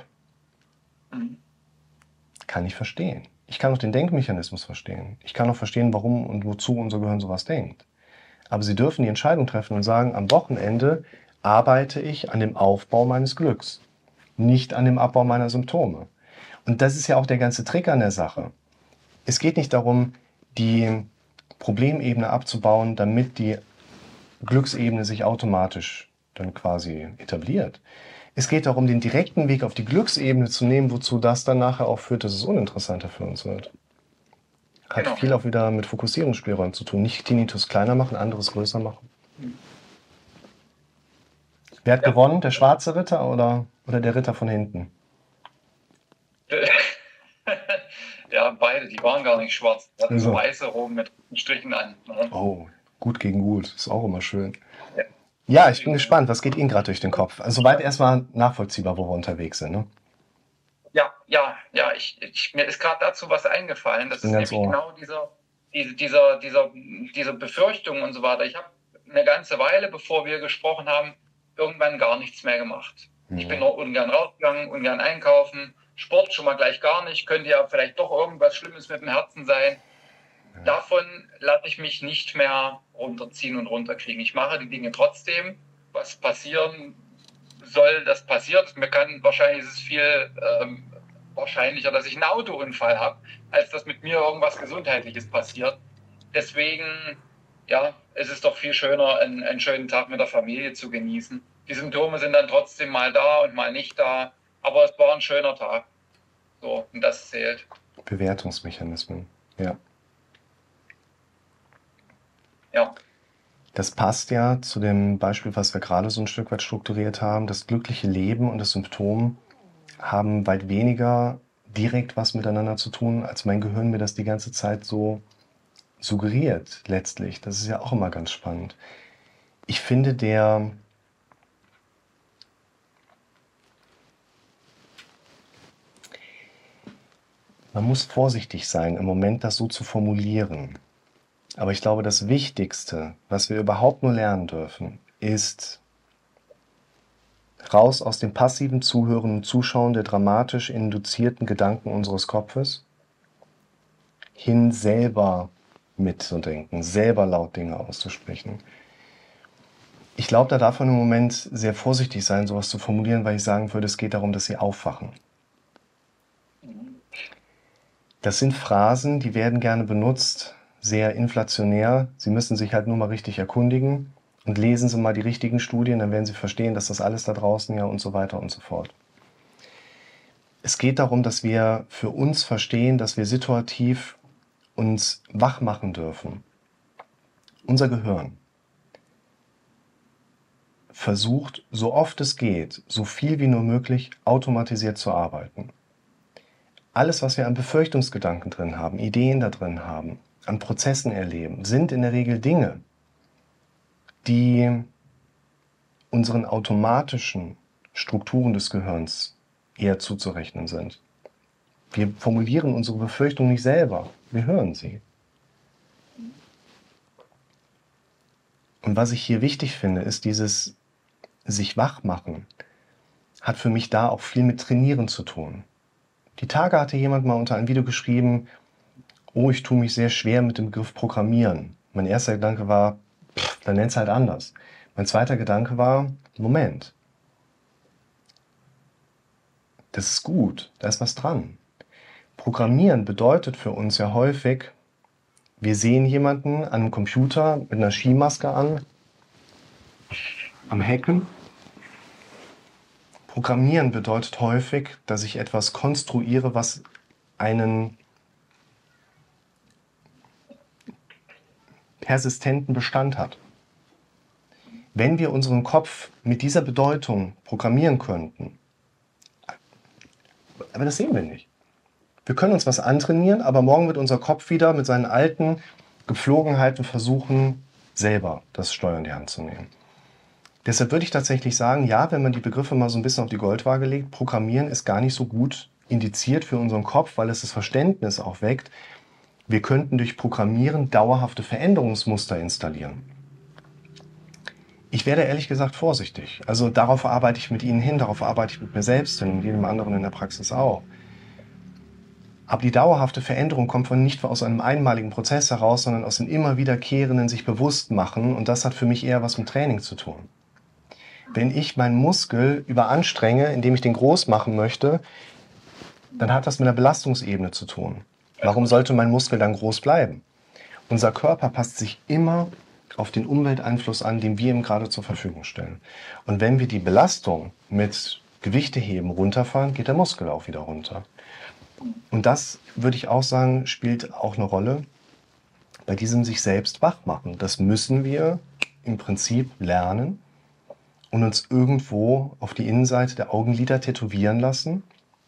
Speaker 1: Kann ich verstehen. Ich kann auch den Denkmechanismus verstehen. Ich kann auch verstehen, warum und wozu unser Gehirn sowas denkt. Aber sie dürfen die Entscheidung treffen und sagen, am Wochenende arbeite ich an dem Aufbau meines Glücks, nicht an dem Abbau meiner Symptome. Und das ist ja auch der ganze Trick an der Sache. Es geht nicht darum, die Problemebene abzubauen, damit die Glücksebene sich automatisch dann quasi etabliert. Es geht darum, den direkten Weg auf die Glücksebene zu nehmen, wozu das dann nachher auch führt, dass es uninteressanter für uns wird. Hat
Speaker 2: Genau.
Speaker 1: viel auch wieder mit Fokussierungsspielräumen zu tun. Nicht Tinnitus kleiner machen, anderes größer machen. Wer hat
Speaker 2: Ja.
Speaker 1: gewonnen? Der schwarze Ritter oder, oder der Ritter von hinten?
Speaker 2: Ja, beide, die waren gar nicht schwarz. Die hatten so
Speaker 1: So.
Speaker 2: weiße Roben mit Strichen an. Ne?
Speaker 1: Oh, gut gegen gut. Ist auch immer schön.
Speaker 2: Ja.
Speaker 1: Ja, ich bin gespannt. Was geht Ihnen gerade durch den Kopf? Also soweit erstmal nachvollziehbar, wo wir unterwegs sind. Ne?
Speaker 2: Ja, ja, ja, ich, ich, mir ist gerade dazu was eingefallen. Das
Speaker 1: Bin
Speaker 2: ist
Speaker 1: ganz
Speaker 2: nämlich
Speaker 1: ohr.
Speaker 2: genau dieser, diese, dieser, dieser, diese Befürchtung und so weiter. Ich habe eine ganze Weile, bevor wir gesprochen haben, irgendwann gar nichts mehr gemacht. Ich
Speaker 1: Mhm.
Speaker 2: bin noch ungern rausgegangen, ungern einkaufen, Sport schon mal gleich gar nicht, könnte ja vielleicht doch irgendwas Schlimmes mit dem Herzen sein. Davon lasse ich mich nicht mehr runterziehen und runterkriegen. Ich mache die Dinge trotzdem. Was passieren soll, das passiert. Mir kann wahrscheinlich ist es viel ähm, wahrscheinlicher, dass ich einen Autounfall habe, als dass mit mir irgendwas Gesundheitliches passiert. Deswegen, ja, es ist doch viel schöner, einen, einen schönen Tag mit der Familie zu genießen. Die Symptome sind dann trotzdem mal da und mal nicht da, aber es war ein schöner Tag. So, und das zählt.
Speaker 1: Bewertungsmechanismen. Ja.
Speaker 2: Ja.
Speaker 1: Das passt ja zu dem Beispiel, was wir gerade so ein Stück weit strukturiert haben. Das glückliche Leben und das Symptom haben weit weniger direkt was miteinander zu tun, als mein Gehirn mir das die ganze Zeit so suggeriert letztlich. Das ist ja auch immer ganz spannend. Ich finde, der man muss vorsichtig sein, im Moment das so zu formulieren. Aber ich glaube, das Wichtigste, was wir überhaupt nur lernen dürfen, ist raus aus dem passiven Zuhören und Zuschauen der dramatisch induzierten Gedanken unseres Kopfes, hin selber mitzudenken, selber laut Dinge auszusprechen. Ich glaube, da darf man im Moment sehr vorsichtig sein, sowas zu formulieren, weil ich sagen würde, es geht darum, dass sie aufwachen. Das sind Phrasen, die werden gerne benutzt, sehr inflationär. Sie müssen sich halt nur mal richtig erkundigen und lesen Sie mal die richtigen Studien, dann werden Sie verstehen, dass das alles da draußen ja und so weiter und so fort. Es geht darum, dass wir für uns verstehen, dass wir situativ uns wach machen dürfen. Unser Gehirn versucht, so oft es geht, so viel wie nur möglich automatisiert zu arbeiten. Alles, was wir an Befürchtungsgedanken drin haben, Ideen da drin haben, an Prozessen erleben, sind in der Regel Dinge, die unseren automatischen Strukturen des Gehirns eher zuzurechnen sind. Wir formulieren unsere Befürchtungen nicht selber, wir hören sie. Und was ich hier wichtig finde, ist dieses sich wachmachen, hat für mich da auch viel mit Trainieren zu tun. Die Tage hatte jemand mal unter ein Video geschrieben, oh, ich tue mich sehr schwer mit dem Begriff Programmieren. Mein erster Gedanke war, pff, dann nenn's halt anders. Mein zweiter Gedanke war, Moment, das ist gut, da ist was dran. Programmieren bedeutet für uns ja häufig, wir sehen jemanden an einem Computer mit einer Skimaske an, am Hacken. Programmieren bedeutet häufig, dass ich etwas konstruiere, was einen persistenten Bestand hat. Wenn wir unseren Kopf mit dieser Bedeutung programmieren könnten, aber das sehen wir nicht. Wir können uns was antrainieren, aber morgen wird unser Kopf wieder mit seinen alten Gepflogenheiten versuchen, selber das Steuer in die Hand zu nehmen. Deshalb würde ich tatsächlich sagen, ja, wenn man die Begriffe mal so ein bisschen auf die Goldwaage legt, Programmieren ist gar nicht so gut indiziert für unseren Kopf, weil es das Verständnis auch weckt, wir könnten durch Programmieren dauerhafte Veränderungsmuster installieren. Ich werde ehrlich gesagt vorsichtig. Also darauf arbeite ich mit Ihnen hin, darauf arbeite ich mit mir selbst und jedem anderen in der Praxis auch. Aber die dauerhafte Veränderung kommt von nicht aus einem einmaligen Prozess heraus, sondern aus dem immer wiederkehrenden sich bewusst machen. Und das hat für mich eher was mit Training zu tun. Wenn ich meinen Muskel überanstrenge, indem ich den groß machen möchte, dann hat das mit einer Belastungsebene zu tun. Warum sollte mein Muskel dann groß bleiben? Unser Körper passt sich immer auf den Umwelteinfluss an, den wir ihm gerade zur Verfügung stellen. Und wenn wir die Belastung mit Gewichteheben runterfahren, geht der Muskel auch wieder runter. Und das, würde ich auch sagen, spielt auch eine Rolle bei diesem sich selbst wachmachen. Das müssen wir im Prinzip lernen und uns irgendwo auf die Innenseite der Augenlider tätowieren lassen,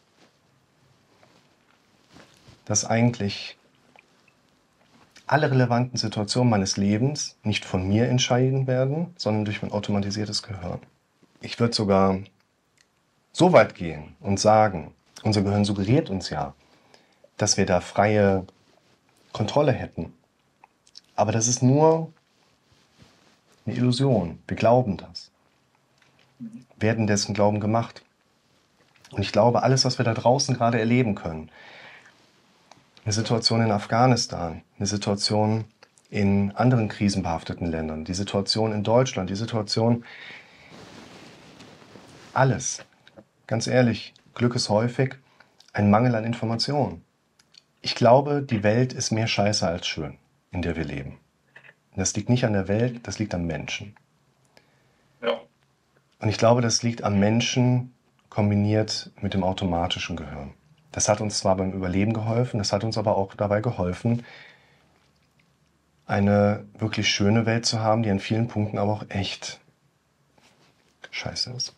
Speaker 1: dass eigentlich alle relevanten Situationen meines Lebens nicht von mir entscheiden werden, sondern durch mein automatisiertes Gehirn. Ich würde sogar so weit gehen und sagen, unser Gehirn suggeriert uns ja, dass wir da freie Kontrolle hätten. Aber das ist nur eine Illusion. Wir glauben das. Werden dessen Glauben gemacht. Und ich glaube, alles, was wir da draußen gerade erleben können, eine Situation in Afghanistan, eine Situation in anderen krisenbehafteten Ländern, die Situation in Deutschland, die Situation, alles, ganz ehrlich, Glück ist häufig ein Mangel an Informationen. Ich glaube, die Welt ist mehr Scheiße als schön, in der wir leben. Das liegt nicht an der Welt, das liegt am Menschen.
Speaker 2: Ja.
Speaker 1: Und ich glaube, das liegt am Menschen kombiniert mit dem automatischen Gehirn. Das hat uns zwar beim Überleben geholfen, das hat uns aber auch dabei geholfen, eine wirklich schöne Welt zu haben, die an vielen Punkten aber auch echt scheiße ist.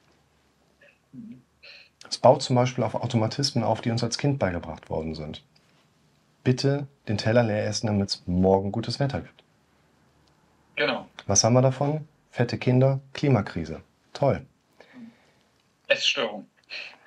Speaker 1: Es baut zum Beispiel auf Automatismen auf, die uns als Kind beigebracht worden sind. Bitte den Teller leer essen, damit es morgen gutes Wetter gibt.
Speaker 2: Genau.
Speaker 1: Was haben wir davon? Fette Kinder, Klimakrise. Toll.
Speaker 2: Essstörung.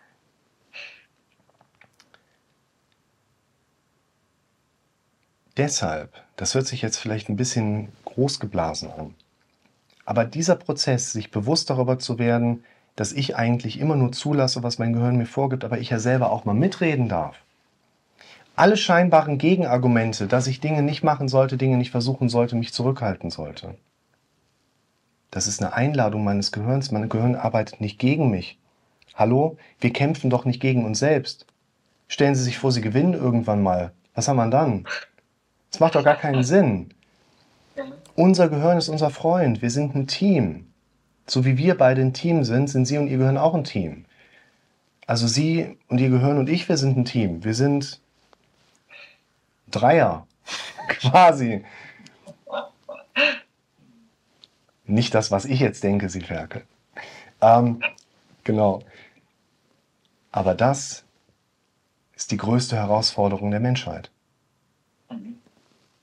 Speaker 1: Deshalb, das hört sich jetzt vielleicht ein bisschen großgeblasen an, aber dieser Prozess, sich bewusst darüber zu werden, dass ich eigentlich immer nur zulasse, was mein Gehirn mir vorgibt, aber ich ja selber auch mal mitreden darf. Alle scheinbaren Gegenargumente, dass ich Dinge nicht machen sollte, Dinge nicht versuchen sollte, mich zurückhalten sollte. Das ist eine Einladung meines Gehirns. Mein Gehirn arbeitet nicht gegen mich. Hallo? Wir kämpfen doch nicht gegen uns selbst. Stellen Sie sich vor, Sie gewinnen irgendwann mal. Was haben wir dann? Das macht doch gar keinen Sinn. Unser Gehirn ist unser Freund. Wir sind ein Team. So wie wir beide ein Team sind, sind Sie und Ihr Gehirn auch ein Team. Also Sie und Ihr Gehirn und ich, wir sind ein Team. Wir sind Dreier, quasi. Nicht das, was ich jetzt denke, Sie Ferkel. Ähm, genau. Aber das ist die größte Herausforderung der Menschheit.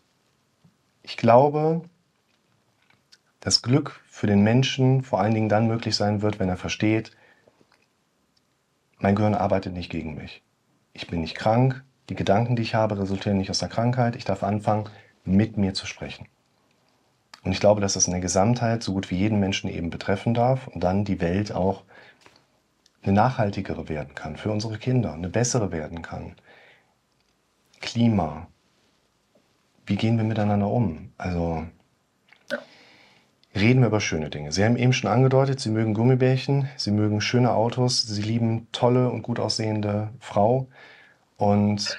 Speaker 1: Ich glaube, dass Glück für den Menschen vor allen Dingen dann möglich sein wird, wenn er versteht, mein Gehirn arbeitet nicht gegen mich. Ich bin nicht krank, die Gedanken, die ich habe, resultieren nicht aus der Krankheit. Ich darf anfangen, mit mir zu sprechen. Und ich glaube, dass das in der Gesamtheit so gut wie jeden Menschen eben betreffen darf und dann die Welt auch eine nachhaltigere werden kann, für unsere Kinder, eine bessere werden kann. Klima. Wie gehen wir miteinander um? Also reden wir über schöne Dinge. Sie haben eben schon angedeutet, Sie mögen Gummibärchen, Sie mögen schöne Autos, Sie lieben tolle und gut aussehende Frau und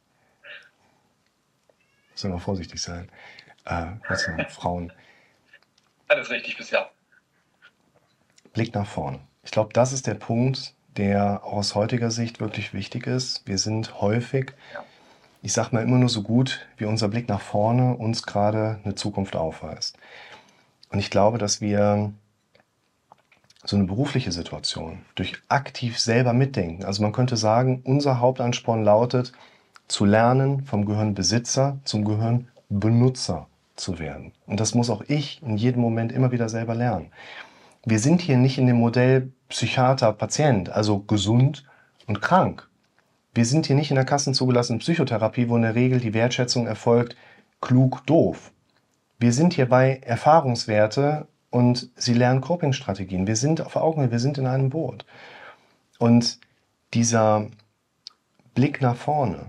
Speaker 1: müssen wir vorsichtig sein. Äh, was denn? Frauen.
Speaker 2: Alles richtig bisher.
Speaker 1: Blick nach vorne. Ich glaube, das ist der Punkt, der auch aus heutiger Sicht wirklich wichtig ist. Wir sind häufig,
Speaker 2: Ja.
Speaker 1: ich sage mal immer nur so gut, wie unser Blick nach vorne uns gerade eine Zukunft aufweist. Und ich glaube, dass wir so eine berufliche Situation durch aktiv selber mitdenken, also man könnte sagen, unser Hauptansporn lautet, zu lernen, vom Gehirnbesitzer zum Gehirnbenutzer zu werden. Und das muss auch ich in jedem Moment immer wieder selber lernen. Wir sind hier nicht in dem Modell Psychiater, Patient, also gesund und krank. Wir sind hier nicht in der kassenzugelassenen Psychotherapie, wo in der Regel die Wertschätzung erfolgt, klug, doof. Wir sind hier bei Erfahrungswerte und Sie lernen Coping-Strategien. Wir sind auf Augenhöhe, wir sind in einem Boot. Und dieser Blick nach vorne,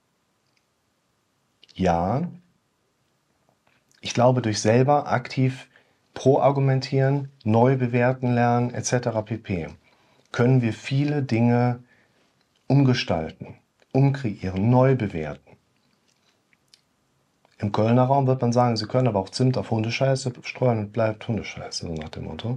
Speaker 1: ja, ich glaube, durch selber aktiv pro-argumentieren, neu bewerten lernen, et cetera pp. können wir viele Dinge umgestalten, umkreieren, neu bewerten. Im Kölner Raum wird man sagen, Sie können aber auch Zimt auf Hundescheiße streuen und bleibt Hundescheiße, so nach dem Motto.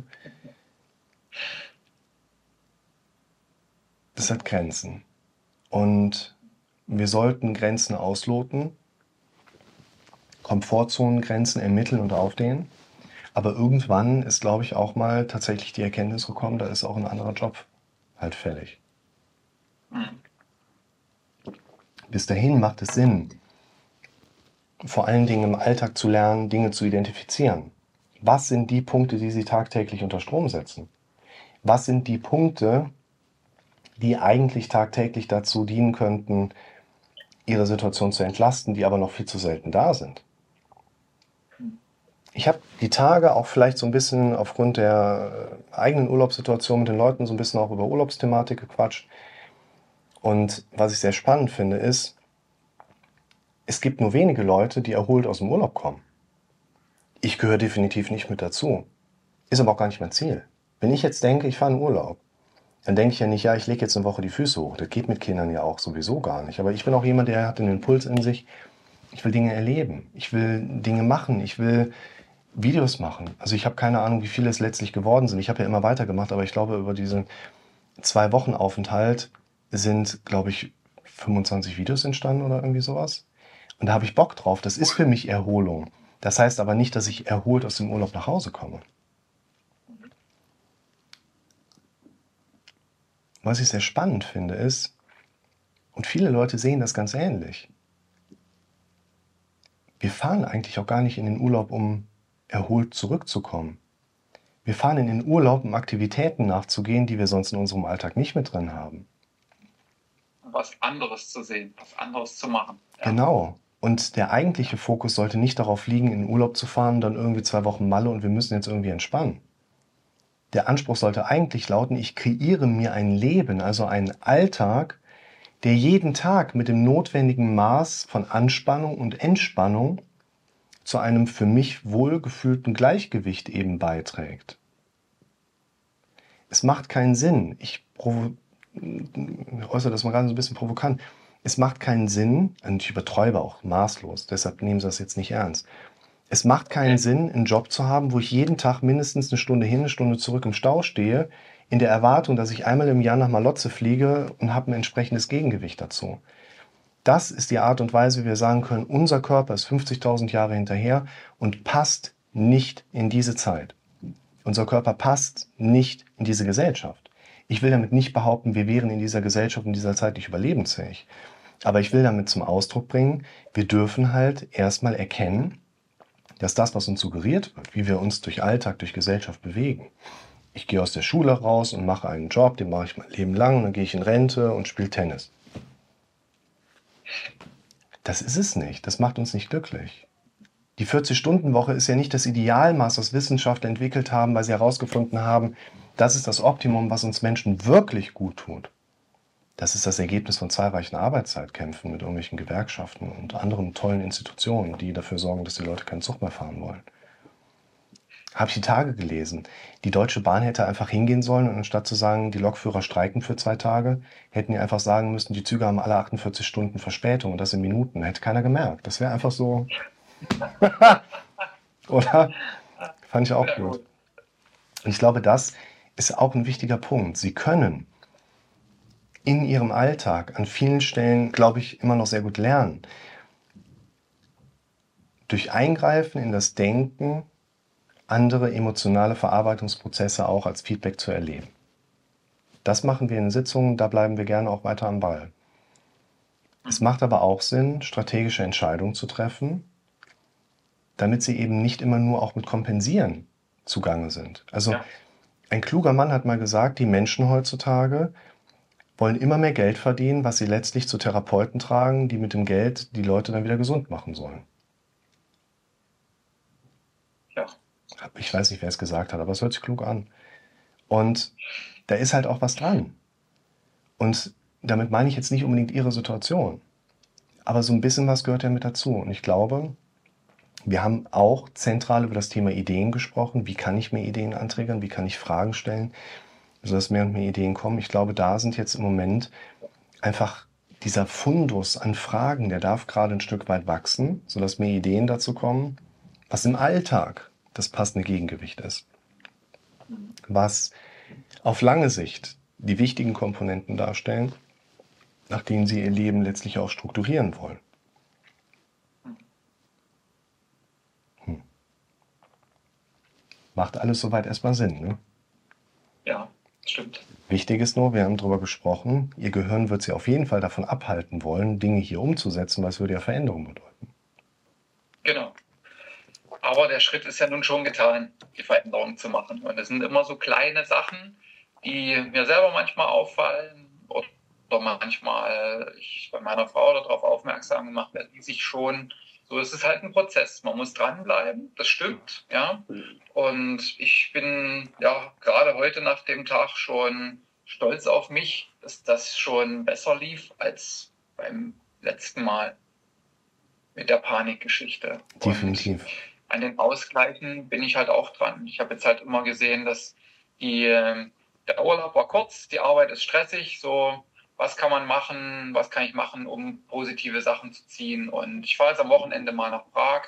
Speaker 1: Das hat Grenzen. Und wir sollten Grenzen ausloten, Komfortzonengrenzen ermitteln und aufdehnen. Aber irgendwann ist, glaube ich, auch mal tatsächlich die Erkenntnis gekommen, da ist auch ein anderer Job halt fällig. Bis dahin macht es Sinn, vor allen Dingen im Alltag zu lernen, Dinge zu identifizieren. Was sind die Punkte, die Sie tagtäglich unter Strom setzen? Was sind die Punkte, die eigentlich tagtäglich dazu dienen könnten, Ihre Situation zu entlasten, die aber noch viel zu selten da sind? Ich habe die Tage auch vielleicht so ein bisschen aufgrund der eigenen Urlaubssituation mit den Leuten so ein bisschen auch über Urlaubsthematik gequatscht. Und was ich sehr spannend finde, ist, es gibt nur wenige Leute, die erholt aus dem Urlaub kommen. Ich gehöre definitiv nicht mit dazu. Ist aber auch gar nicht mein Ziel. Wenn ich jetzt denke, ich fahre in Urlaub, dann denke ich ja nicht, ja, ich lege jetzt eine Woche die Füße hoch. Das geht mit Kindern ja auch sowieso gar nicht. Aber ich bin auch jemand, der hat den Impuls in sich, ich will Dinge erleben. Ich will Dinge machen. Ich will Videos machen. Also ich habe keine Ahnung, wie viele es letztlich geworden sind. Ich habe ja immer weitergemacht, aber ich glaube, über diesen zwei Wochen Aufenthalt sind, glaube ich, fünfundzwanzig Videos entstanden oder irgendwie sowas. Und da habe ich Bock drauf. Das ist für mich Erholung. Das heißt aber nicht, dass ich erholt aus dem Urlaub nach Hause komme. Was ich sehr spannend finde ist, und viele Leute sehen das ganz ähnlich, wir fahren eigentlich auch gar nicht in den Urlaub, um erholt zurückzukommen. Wir fahren in den Urlaub, um Aktivitäten nachzugehen, die wir sonst in unserem Alltag nicht mit drin haben.
Speaker 2: Was anderes zu sehen, was anderes zu machen.
Speaker 1: Ja. Genau. Und der eigentliche Fokus sollte nicht darauf liegen, in den Urlaub zu fahren, dann irgendwie zwei Wochen Malle und wir müssen jetzt irgendwie entspannen. Der Anspruch sollte eigentlich lauten, ich kreiere mir ein Leben, also einen Alltag, der jeden Tag mit dem notwendigen Maß von Anspannung und Entspannung zu einem für mich wohlgefühlten Gleichgewicht eben beiträgt. Es macht keinen Sinn, ich äußere das mal gerade so ein bisschen provokant, es macht keinen Sinn, und ich übertreibe auch maßlos, deshalb nehmen Sie das jetzt nicht ernst, es macht keinen Sinn, einen Job zu haben, wo ich jeden Tag mindestens eine Stunde hin, eine Stunde zurück im Stau stehe, in der Erwartung, dass ich einmal im Jahr nach Malotze fliege und habe ein entsprechendes Gegengewicht dazu. Das ist die Art und Weise, wie wir sagen können, unser Körper ist fünfzigtausend Jahre hinterher und passt nicht in diese Zeit. Unser Körper passt nicht in diese Gesellschaft. Ich will damit nicht behaupten, wir wären in dieser Gesellschaft, in dieser Zeit nicht überlebensfähig. Aber ich will damit zum Ausdruck bringen, wir dürfen halt erstmal erkennen, dass das, was uns suggeriert wird, wie wir uns durch Alltag, durch Gesellschaft bewegen. Ich gehe aus der Schule raus und mache einen Job, den mache ich mein Leben lang, und dann gehe ich in Rente und spiele Tennis. Das ist es nicht. Das macht uns nicht glücklich. Die vierzig-Stunden-Woche ist ja nicht das Idealmaß, das Wissenschaftler entwickelt haben, weil sie herausgefunden haben, das ist das Optimum, was uns Menschen wirklich gut tut. Das ist das Ergebnis von zahlreichen Arbeitszeitkämpfen mit irgendwelchen Gewerkschaften und anderen tollen Institutionen, die dafür sorgen, dass die Leute keinen Zug mehr fahren wollen. Habe ich die Tage gelesen. Die Deutsche Bahn hätte einfach hingehen sollen und anstatt zu sagen, die Lokführer streiken für zwei Tage, hätten die einfach sagen müssen, die Züge haben alle achtundvierzig Stunden Verspätung und das in Minuten. Hätte keiner gemerkt. Das wäre einfach so. Oder? Fand ich auch gut. Und ich glaube, das ist auch ein wichtiger Punkt. Sie können in ihrem Alltag an vielen Stellen, glaube ich, immer noch sehr gut lernen. Durch Eingreifen in das Denken andere emotionale Verarbeitungsprozesse auch als Feedback zu erleben. Das machen wir in Sitzungen, da bleiben wir gerne auch weiter am Ball. Es macht aber auch Sinn, strategische Entscheidungen zu treffen, damit sie eben nicht immer nur auch mit Kompensieren zugange sind. Also ja. Ein kluger Mann hat mal gesagt, die Menschen heutzutage wollen immer mehr Geld verdienen, was sie letztlich zu Therapeuten tragen, die mit dem Geld die Leute dann wieder gesund machen sollen.
Speaker 2: Ja.
Speaker 1: Ich weiß nicht, wer es gesagt hat, aber es hört sich klug an. Und da ist halt auch was dran. Und damit meine ich jetzt nicht unbedingt ihre Situation. Aber so ein bisschen was gehört ja mit dazu. Und ich glaube, wir haben auch zentral über das Thema Ideen gesprochen. Wie kann ich mir Ideen anträgern? Wie kann ich Fragen stellen, sodass mehr und mehr Ideen kommen? Ich glaube, da sind jetzt im Moment einfach dieser Fundus an Fragen, der darf gerade ein Stück weit wachsen, sodass mehr Ideen dazu kommen, was im Alltag das passende Gegengewicht ist. Was auf lange Sicht die wichtigen Komponenten darstellen, nach denen sie ihr Leben letztlich auch strukturieren wollen. Hm. Macht alles soweit erstmal Sinn, ne?
Speaker 2: Ja, stimmt.
Speaker 1: Wichtig ist nur, wir haben darüber gesprochen, ihr Gehirn wird sie auf jeden Fall davon abhalten wollen, Dinge hier umzusetzen, weil es würde ja Veränderung bedeuten.
Speaker 2: Genau. Aber der Schritt ist ja nun schon getan, die Veränderung zu machen. Und es sind immer so kleine Sachen, die mir selber manchmal auffallen oder manchmal ich bei meiner Frau darauf aufmerksam gemacht werde, die sich schon, so ist es halt ein Prozess. Man muss dranbleiben, das stimmt, ja. Und ich bin ja gerade heute nach dem Tag schon stolz auf mich, dass das schon besser lief als beim letzten Mal mit der Panikgeschichte.
Speaker 1: Definitiv.
Speaker 2: Und an den Ausgleichen bin ich halt auch dran. Ich habe jetzt halt immer gesehen, dass die, der Urlaub war kurz, die Arbeit ist stressig, so was kann man machen, was kann ich machen, um positive Sachen zu ziehen. Und ich fahre jetzt am Wochenende mal nach Prag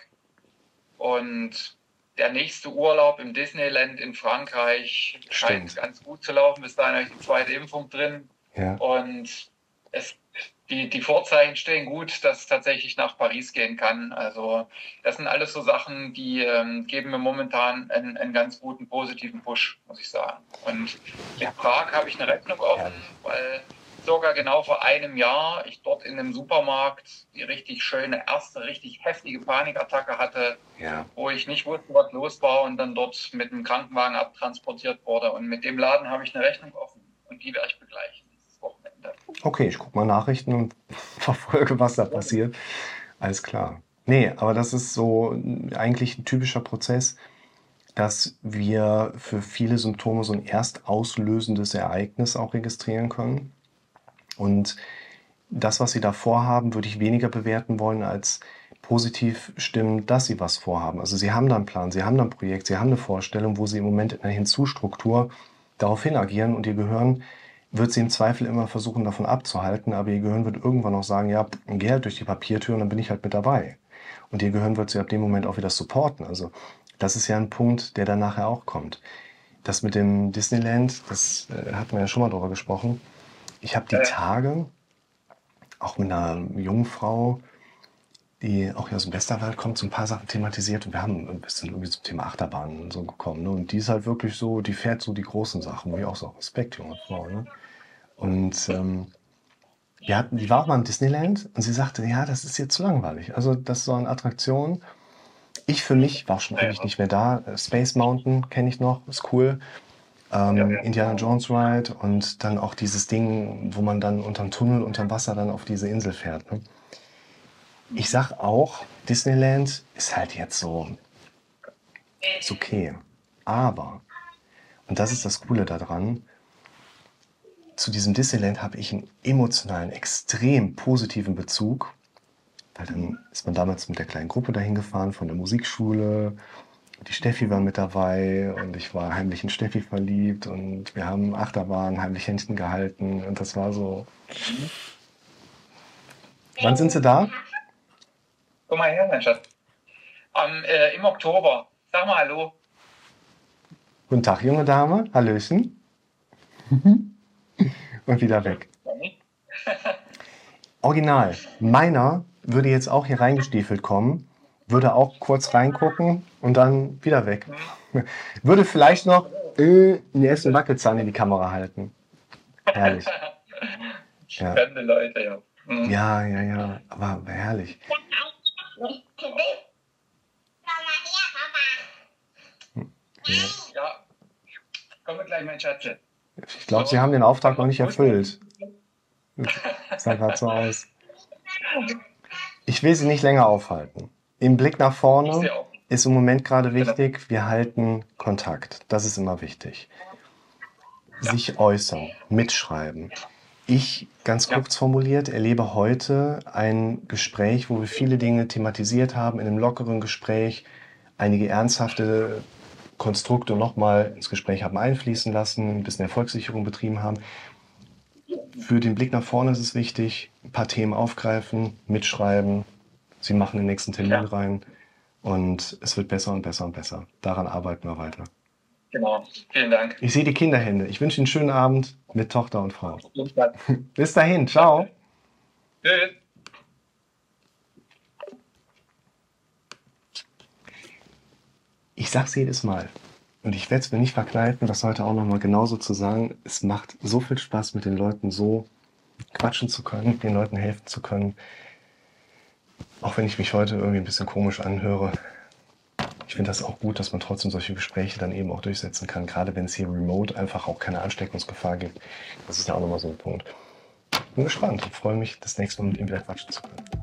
Speaker 2: und der nächste Urlaub im Disneyland in Frankreich scheint
Speaker 1: Stimmt.
Speaker 2: ganz gut zu laufen. Bis dahin habe ich die zweite Impfung drin.
Speaker 1: Ja.
Speaker 2: Und es Die, die Vorzeichen stehen gut, dass es tatsächlich nach Paris gehen kann. Also das sind alles so Sachen, die ähm, geben mir momentan einen, einen ganz guten positiven Push, muss ich sagen. Und in Prag habe ich eine Rechnung offen, weil sogar genau vor einem Jahr ich dort in einem Supermarkt die richtig schöne erste, richtig heftige Panikattacke hatte,
Speaker 1: Ja.
Speaker 2: wo ich nicht wusste, was los war und dann dort mit einem Krankenwagen abtransportiert wurde. Und mit dem Laden habe ich eine Rechnung offen und die werde ich begleichen. Wochenende.
Speaker 1: Okay, ich gucke mal Nachrichten und verfolge, was da passiert. Alles klar. Nee, aber das ist so eigentlich ein typischer Prozess, dass wir für viele Symptome so ein erst auslösendes Ereignis auch registrieren können. Und das, was Sie da vorhaben, würde ich weniger bewerten wollen als positiv stimmen, dass Sie was vorhaben. Also Sie haben da einen Plan, Sie haben da ein Projekt, Sie haben eine Vorstellung, wo Sie im Moment in einer Hinzustruktur daraufhin agieren und Ihr Gehirn wird sie im Zweifel immer versuchen, davon abzuhalten, aber ihr Gehirn wird irgendwann auch sagen, ja, geh halt durch die Papiertür und dann bin ich halt mit dabei. Und ihr Gehirn wird sie ab dem Moment auch wieder supporten. Also das ist ja ein Punkt, der dann nachher auch kommt. Das mit dem Disneyland, das äh, hatten wir ja schon mal drüber gesprochen. Ich habe die
Speaker 2: Ja.
Speaker 1: Tage auch mit einer jungen Frau, die auch hier aus dem Westerwald kommt, so ein paar Sachen thematisiert und wir haben ein bisschen irgendwie zum Thema Achterbahn und so gekommen. Ne? Und die ist halt wirklich so, die fährt so die großen Sachen, wie auch so Respekt, junge Frau. Ne? Und ähm, wir hatten, die war auch mal im Disneyland und sie sagte, ja, das ist jetzt zu langweilig. Also das ist so eine Attraktion, Ich für mich war schon
Speaker 2: Ja,
Speaker 1: ewig
Speaker 2: ja.
Speaker 1: nicht mehr da. Äh, Space Mountain kenne ich noch, ist cool.
Speaker 2: Ja,
Speaker 1: Ähm,
Speaker 2: ja.
Speaker 1: Indiana Jones Ride und dann auch dieses Ding, wo man dann unterm Tunnel, unterm Wasser dann auf diese Insel fährt. Ne? Ich sag auch, Disneyland ist halt jetzt so, ist okay. Aber, und das ist das Coole daran, zu diesem Disneyland habe ich einen emotionalen, extrem positiven Bezug. Weil dann ist man damals mit der kleinen Gruppe dahin gefahren von der Musikschule. Die Steffi war mit dabei und ich war heimlich in Steffi verliebt und wir haben Achterbahn heimlich Händchen gehalten und das war so. Wann sind Sie da?
Speaker 2: Komm mal her, mein Schatz. Am, äh, Im Oktober. Sag mal Hallo.
Speaker 1: Guten Tag, junge Dame. Hallöchen. Und wieder weg. Original. Meiner würde jetzt auch hier reingestiefelt kommen, würde auch kurz reingucken und dann wieder weg. Würde vielleicht noch äh, den ersten Wackelzahn in die Kamera halten. Herrlich. Ja.
Speaker 2: Fremde Leute, ja. Mhm.
Speaker 1: Ja, ja, ja, aber herrlich.
Speaker 2: Ja, komme gleich, mein Schatz.
Speaker 1: Ich glaube, Sie haben den Auftrag noch nicht erfüllt. Das sah gerade so aus. Ich will Sie nicht länger aufhalten. Im Blick nach
Speaker 2: Ich
Speaker 1: vorne
Speaker 2: sehe auch.
Speaker 1: ist im Moment gerade wichtig, wir halten Kontakt. Das ist immer wichtig. Sich äußern, mitschreiben. Ich, ganz
Speaker 2: Ja.
Speaker 1: kurz formuliert, erlebe heute ein Gespräch, wo wir viele Dinge thematisiert haben, in einem lockeren Gespräch, einige ernsthafte Konstrukte nochmal ins Gespräch haben einfließen lassen, ein bisschen Erfolgssicherung betrieben haben. Für den Blick nach vorne ist es wichtig, ein paar Themen aufgreifen, mitschreiben. Sie machen den nächsten Termin
Speaker 2: Ja.
Speaker 1: rein und es wird besser und besser und besser. Daran arbeiten wir weiter.
Speaker 2: Genau. Vielen Dank.
Speaker 1: Ich sehe die Kinderhände. Ich wünsche Ihnen einen schönen Abend mit Tochter und Frau.
Speaker 2: Jedenfalls.
Speaker 1: Bis dahin, ciao.
Speaker 2: Tschüss.
Speaker 1: Ich sag's jedes Mal. Und ich werde es mir nicht verkneifen, das heute auch nochmal genauso zu sagen. Es macht so viel Spaß, mit den Leuten so quatschen zu können, den Leuten helfen zu können. Auch wenn ich mich heute irgendwie ein bisschen komisch anhöre. Ich finde das auch gut, dass man trotzdem solche Gespräche dann eben auch durchsetzen kann. Gerade wenn es hier remote einfach auch keine Ansteckungsgefahr gibt. Das ist ja auch nochmal so ein Punkt. Bin gespannt und freue mich, das nächste Mal mit ihm wieder quatschen zu können.